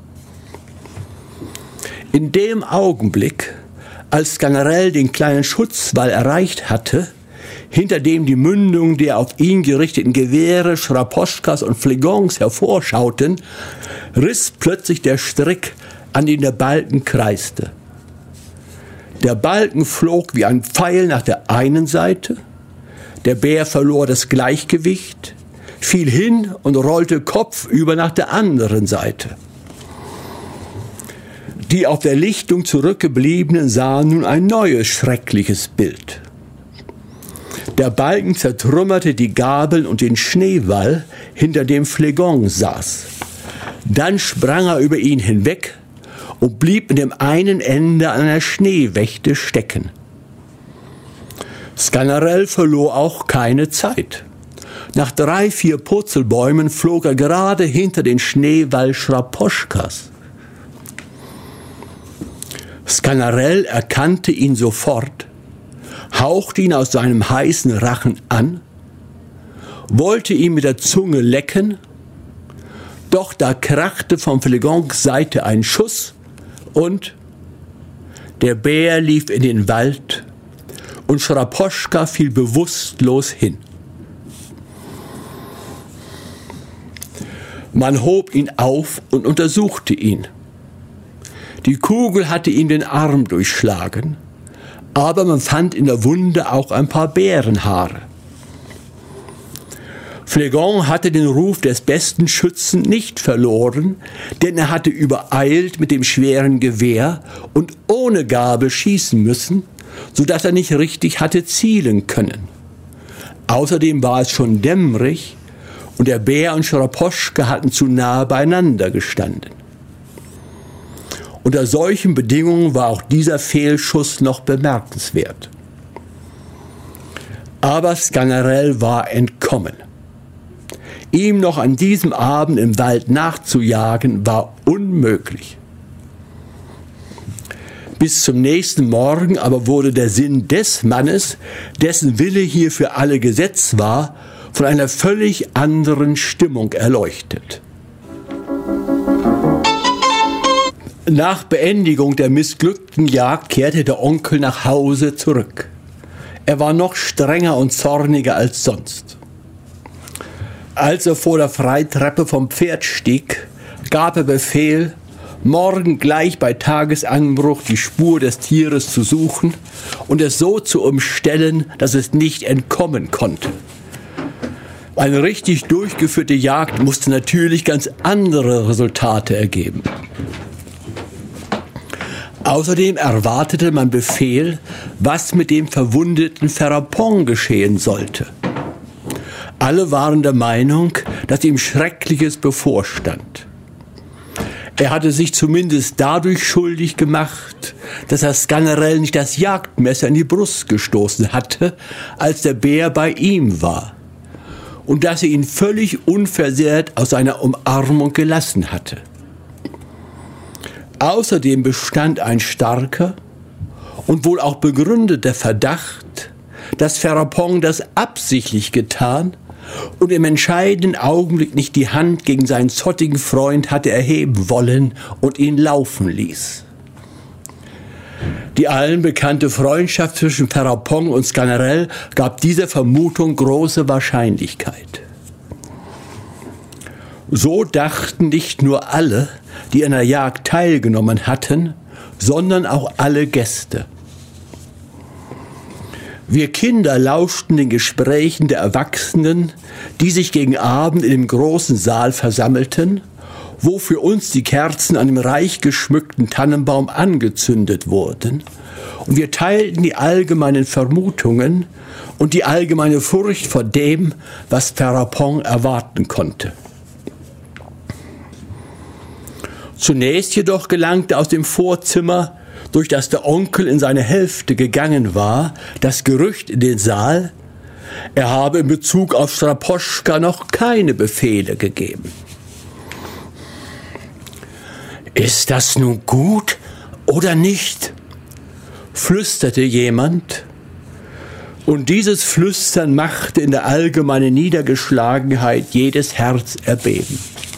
In dem Augenblick, als Sganarelle den kleinen Schutzwall erreicht hatte, hinter dem die Mündung der auf ihn gerichteten Gewehre Schraposchkas und Flegons hervorschauten, riss plötzlich der Strick, an dem der Balken kreiste. Der Balken flog wie ein Pfeil nach der einen Seite, der Bär verlor das Gleichgewicht, fiel hin und rollte kopfüber nach der anderen Seite. Die auf der Lichtung zurückgebliebenen sahen nun ein neues schreckliches Bild. Der Balken zertrümmerte die Gabeln und den Schneewall, hinter dem Flegon saß. Dann sprang er über ihn hinweg und blieb mit dem einen Ende an einer Schneewächte stecken. Sganarelle verlor auch keine Zeit. Nach drei, vier Purzelbäumen flog er gerade hinter den Schneewall Schraposchkas. Sganarelle erkannte ihn sofort, hauchte ihn aus seinem heißen Rachen an, wollte ihn mit der Zunge lecken, doch da krachte von Flegons Seite ein Schuss und der Bär lief in den Wald und Schraposchka fiel bewusstlos hin. Man hob ihn auf und untersuchte ihn. Die Kugel hatte ihm den Arm durchschlagen, aber man fand in der Wunde auch ein paar Bärenhaare. Flegon hatte den Ruf des besten Schützen nicht verloren, denn er hatte übereilt mit dem schweren Gewehr und ohne Gabel schießen müssen, sodass er nicht richtig hatte zielen können. Außerdem war es schon dämmerig und der Bär und Schraposchka hatten zu nahe beieinander gestanden. Unter solchen Bedingungen war auch dieser Fehlschuss noch bemerkenswert. Aber Sganarelle war entkommen. Ihm noch an diesem Abend im Wald nachzujagen, war unmöglich. Bis zum nächsten Morgen aber wurde der Sinn des Mannes, dessen Wille hier für alle Gesetz war, von einer völlig anderen Stimmung erleuchtet. Nach Beendigung der missglückten Jagd kehrte der Onkel nach Hause zurück. Er war noch strenger und zorniger als sonst. Als er vor der Freitreppe vom Pferd stieg, gab er Befehl, morgen gleich bei Tagesanbruch die Spur des Tieres zu suchen und es so zu umstellen, dass es nicht entkommen konnte. Eine richtig durchgeführte Jagd musste natürlich ganz andere Resultate ergeben. Außerdem erwartete man Befehl, was mit dem verwundeten Ferapont geschehen sollte. Alle waren der Meinung, dass ihm Schreckliches bevorstand. Er hatte sich zumindest dadurch schuldig gemacht, dass er Sganarelle nicht das Jagdmesser in die Brust gestoßen hatte, als der Bär bei ihm war, und dass er ihn völlig unversehrt aus seiner Umarmung gelassen hatte. Außerdem bestand ein starker und wohl auch begründeter Verdacht, dass Ferapont das absichtlich getan und im entscheidenden Augenblick nicht die Hand gegen seinen zottigen Freund hatte erheben wollen und ihn laufen ließ. Die allen bekannte Freundschaft zwischen Ferapont und Sganarelle gab dieser Vermutung große Wahrscheinlichkeit. So dachten nicht nur alle, die an der Jagd teilgenommen hatten, sondern auch alle Gäste. Wir Kinder lauschten den Gesprächen der Erwachsenen, die sich gegen Abend in dem großen Saal versammelten, wo für uns die Kerzen an dem reich geschmückten Tannenbaum angezündet wurden, und wir teilten die allgemeinen Vermutungen und die allgemeine Furcht vor dem, was Ferapont erwarten konnte. Zunächst jedoch gelangte aus dem Vorzimmer, durch das der Onkel in seine Hälfte gegangen war, das Gerücht in den Saal, er habe in Bezug auf Straposchka noch keine Befehle gegeben. »Ist das nun gut oder nicht?« flüsterte jemand, und dieses Flüstern machte in der allgemeinen Niedergeschlagenheit jedes Herz erbeben.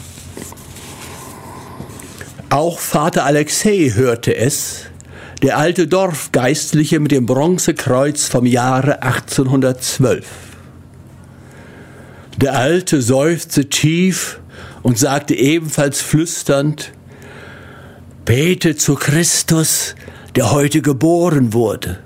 Auch Vater Alexei hörte es, der alte Dorfgeistliche mit dem Bronzekreuz vom Jahre achtzehnhundertzwölf. Der Alte seufzte tief und sagte ebenfalls flüsternd: »Bete zu Christus, der heute geboren wurde.«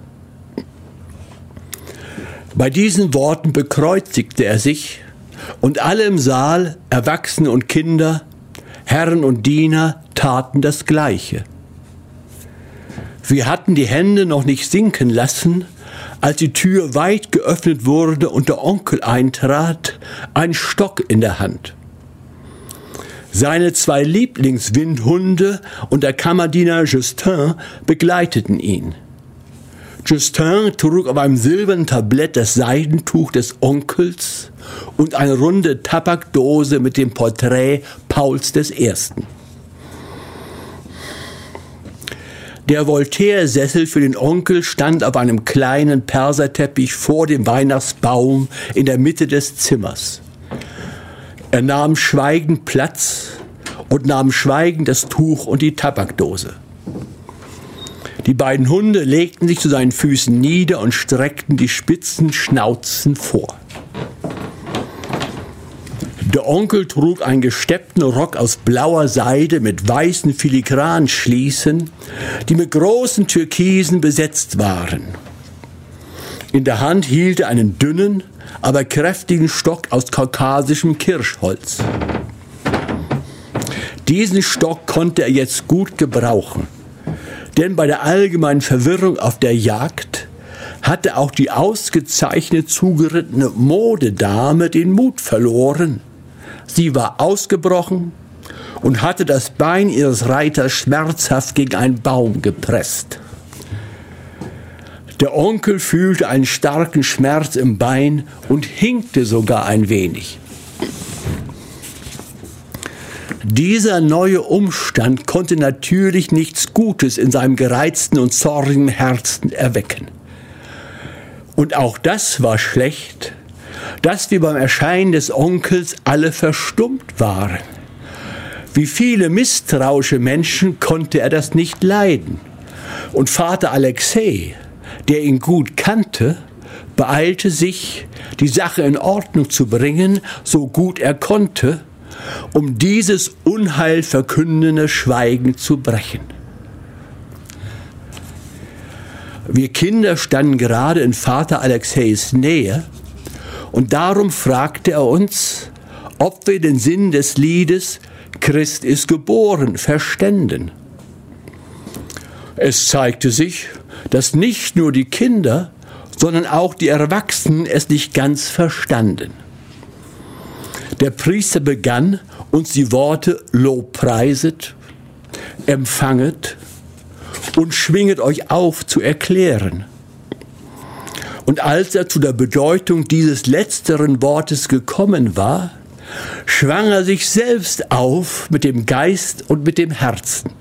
Bei diesen Worten bekreuzigte er sich, und alle im Saal, Erwachsene und Kinder, Herren und Diener, taten das Gleiche. Wir hatten die Hände noch nicht sinken lassen, als die Tür weit geöffnet wurde und der Onkel eintrat, ein Stock in der Hand. Seine zwei Lieblingswindhunde und der Kammerdiener Justin begleiteten ihn. Justin trug auf einem silbernen Tablett das Seidentuch des Onkels und eine runde Tabakdose mit dem Porträt Pauls des Ersten. Der Voltaire-Sessel für den Onkel stand auf einem kleinen Perserteppich vor dem Weihnachtsbaum in der Mitte des Zimmers. Er nahm schweigend Platz und nahm schweigend das Tuch und die Tabakdose. Die beiden Hunde legten sich zu seinen Füßen nieder und streckten die spitzen Schnauzen vor. Der Onkel trug einen gesteppten Rock aus blauer Seide mit weißen Filigranschließen, die mit großen Türkisen besetzt waren. In der Hand hielt er einen dünnen, aber kräftigen Stock aus kaukasischem Kirschholz. Diesen Stock konnte er jetzt gut gebrauchen, denn bei der allgemeinen Verwirrung auf der Jagd hatte auch die ausgezeichnet zugerittene Modedame den Mut verloren. Sie war ausgebrochen und hatte das Bein ihres Reiters schmerzhaft gegen einen Baum gepresst. Der Onkel fühlte einen starken Schmerz im Bein und hinkte sogar ein wenig. Dieser neue Umstand konnte natürlich nichts Gutes in seinem gereizten und zornigen Herzen erwecken. Und auch das war schlecht, dass wir beim Erscheinen des Onkels alle verstummt waren. Wie viele misstrauische Menschen konnte er das nicht leiden. Und Vater Alexei, der ihn gut kannte, beeilte sich, die Sache in Ordnung zu bringen, so gut er konnte, um dieses unheilverkündende Schweigen zu brechen. Wir Kinder standen gerade in Vater Alexeis Nähe und darum fragte er uns, ob wir den Sinn des Liedes »Christ ist geboren« verständen. Es zeigte sich, dass nicht nur die Kinder, sondern auch die Erwachsenen es nicht ganz verstanden. Der Priester begann, uns die Worte »Lobpreiset«, »Empfanget« und »Schwinget euch auf« zu erklären. Und als er zu der Bedeutung dieses letzteren Wortes gekommen war, schwang er sich selbst auf mit dem Geist und mit dem Herzen.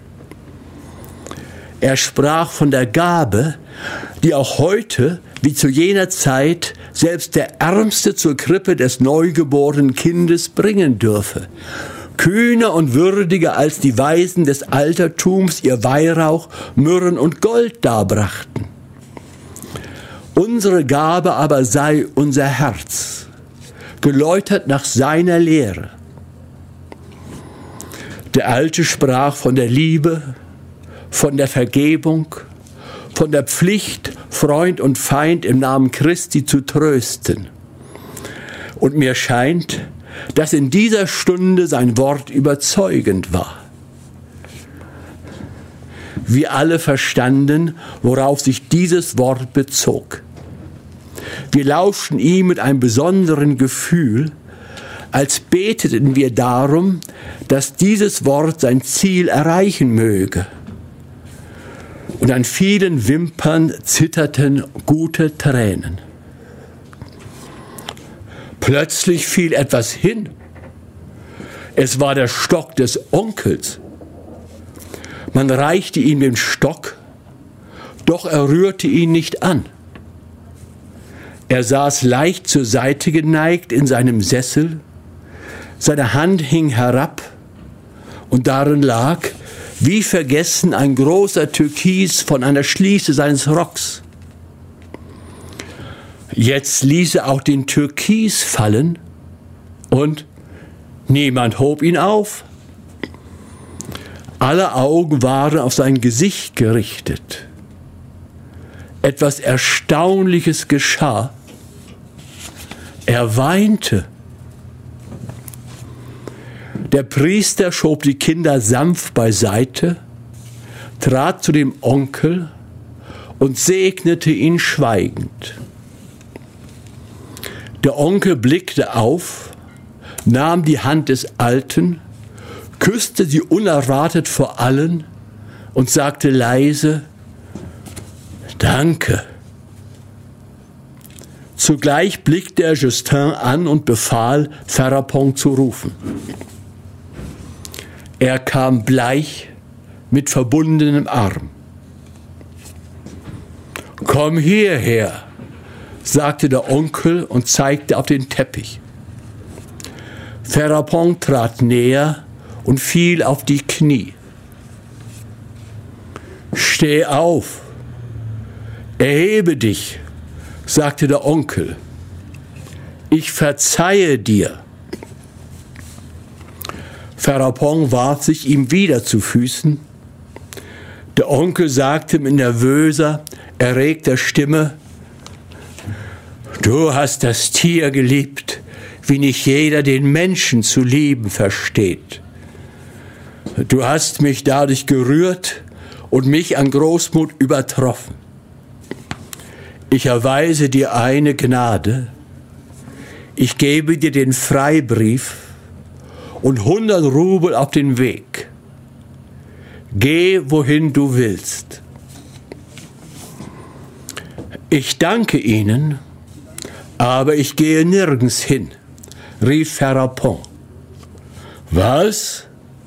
Er sprach von der Gabe, die auch heute, wie zu jener Zeit, selbst der Ärmste zur Krippe des neugeborenen Kindes bringen dürfe, kühner und würdiger als die Weisen des Altertums ihr Weihrauch, Myrrhen und Gold darbrachten. Unsere Gabe aber sei unser Herz, geläutert nach seiner Lehre. Der Alte sprach von der Liebe, von der Vergebung, von der Pflicht, Freund und Feind im Namen Christi zu trösten. Und mir scheint, dass in dieser Stunde sein Wort überzeugend war. Wir alle verstanden, worauf sich dieses Wort bezog. Wir lauschten ihm mit einem besonderen Gefühl, als beteten wir darum, dass dieses Wort sein Ziel erreichen möge. Und an vielen Wimpern zitterten gute Tränen. Plötzlich fiel etwas hin. Es war der Stock des Onkels. Man reichte ihm den Stock, doch er rührte ihn nicht an. Er saß leicht zur Seite geneigt in seinem Sessel, seine Hand hing herab und darin lag, wie vergessen, ein großer Türkis von einer Schließe seines Rocks. Jetzt ließ er auch den Türkis fallen und niemand hob ihn auf. Alle Augen waren auf sein Gesicht gerichtet. Etwas Erstaunliches geschah. Er weinte. Der Priester schob die Kinder sanft beiseite, trat zu dem Onkel und segnete ihn schweigend. Der Onkel blickte auf, nahm die Hand des Alten, küsste sie unerwartet vor allen und sagte leise: »Danke.« Zugleich blickte er Justin an und befahl, Ferapont zu rufen. Er kam bleich mit verbundenem Arm. »Komm hierher«, sagte der Onkel und zeigte auf den Teppich. Ferapont trat näher und fiel auf die Knie. »Steh auf, erhebe dich«, sagte der Onkel. »Ich verzeihe dir.« Ferapont warf sich ihm wieder zu Füßen. Der Onkel sagte mit nervöser, erregter Stimme: »Du hast das Tier geliebt, wie nicht jeder den Menschen zu lieben versteht. Du hast mich dadurch gerührt und mich an Großmut übertroffen. Ich erweise dir eine Gnade. Ich gebe dir den Freibrief und hundert Rubel auf den Weg. Geh, wohin du willst.« »Ich danke Ihnen, aber ich gehe nirgends hin«, rief Ferapont. »Was?«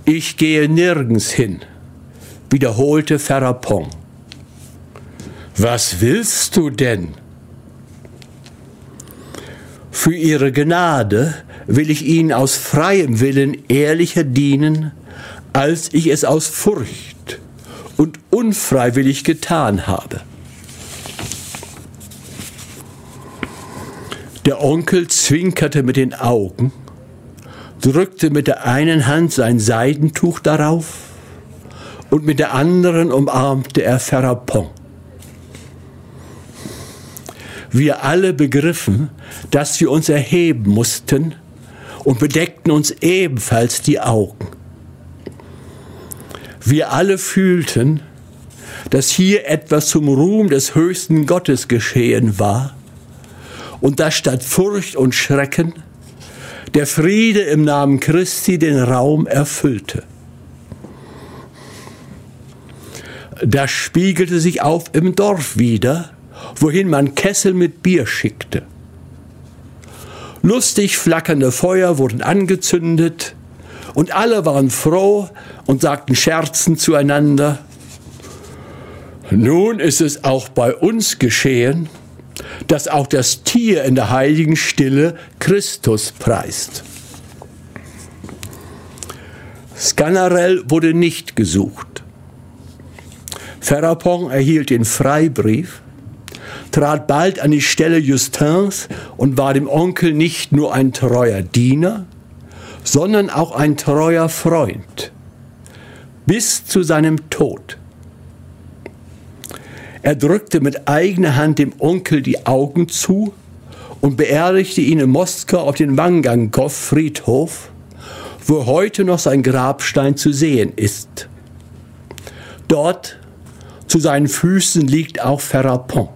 Ich gehe nirgends hin, wiederholte Ferapont. Was willst du denn? Für Ihre Gnade will ich Ihnen aus freiem Willen ehrlicher dienen, als ich es aus Furcht und unfreiwillig getan habe. Der Onkel zwinkerte mit den Augen, drückte mit der einen Hand sein Seidentuch darauf und mit der anderen umarmte er Ferapont. Wir alle begriffen, dass wir uns erheben mussten und bedeckten uns ebenfalls die Augen. Wir alle fühlten, dass hier etwas zum Ruhm des höchsten Gottes geschehen war und dass statt Furcht und Schrecken der Friede im Namen Christi den Raum erfüllte. Das spiegelte sich auf im Dorf wider, wohin man Kessel mit Bier schickte. Lustig flackernde Feuer wurden angezündet und alle waren froh und sagten scherzend zueinander: Nun ist es auch bei uns geschehen, dass auch das Tier in der heiligen Stille Christus preist. Sganarelle wurde nicht gesucht. Ferapont erhielt den Freibrief, trat bald an die Stelle Justins und war dem Onkel nicht nur ein treuer Diener, sondern auch ein treuer Freund, bis zu seinem Tod. Er drückte mit eigener Hand dem Onkel die Augen zu und beerdigte ihn in Moskau auf den Wangankow-Friedhof, wo heute noch sein Grabstein zu sehen ist. Dort zu seinen Füßen liegt auch Ferapont.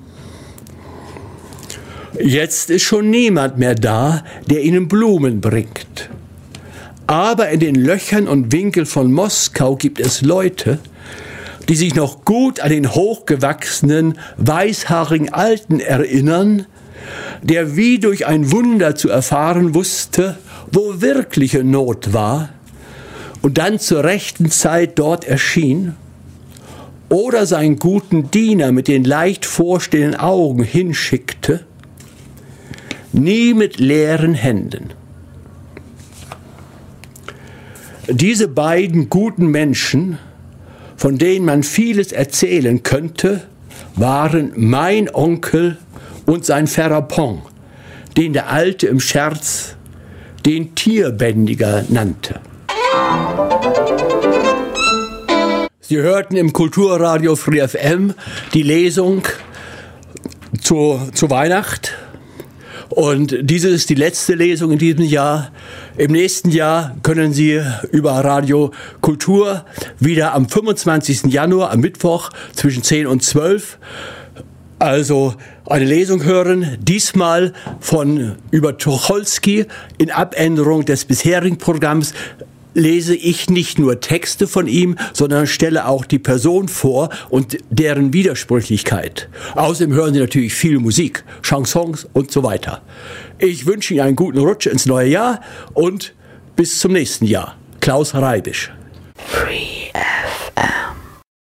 Jetzt ist schon niemand mehr da, der ihnen Blumen bringt. Aber in den Löchern und Winkeln von Moskau gibt es Leute, die sich noch gut an den hochgewachsenen, weißhaarigen Alten erinnern, der wie durch ein Wunder zu erfahren wusste, wo wirkliche Not war und dann zur rechten Zeit dort erschien, oder seinen guten Diener mit den leicht vorstehenden Augen hinschickte, nie mit leeren Händen. Diese beiden guten Menschen, von denen man vieles erzählen könnte, waren mein Onkel und sein Ferapont, den der Alte im Scherz den Tierbändiger nannte. Sie hörten im Kulturradio Free F M die Lesung zu, zu Weihnacht. Und diese ist die letzte Lesung in diesem Jahr. Im nächsten Jahr können Sie über Radio Kultur wieder am fünfundzwanzigsten Januar, am Mittwoch, zwischen zehn und zwölf, also eine Lesung hören, diesmal von über Tucholsky. In Abänderung des bisherigen Programms lese ich nicht nur Texte von ihm, sondern stelle auch die Person vor und deren Widersprüchlichkeit. Außerdem hören Sie natürlich viel Musik, Chansons und so weiter. Ich wünsche Ihnen einen guten Rutsch ins neue Jahr und bis zum nächsten Jahr. Klaus Reibisch. Free F M.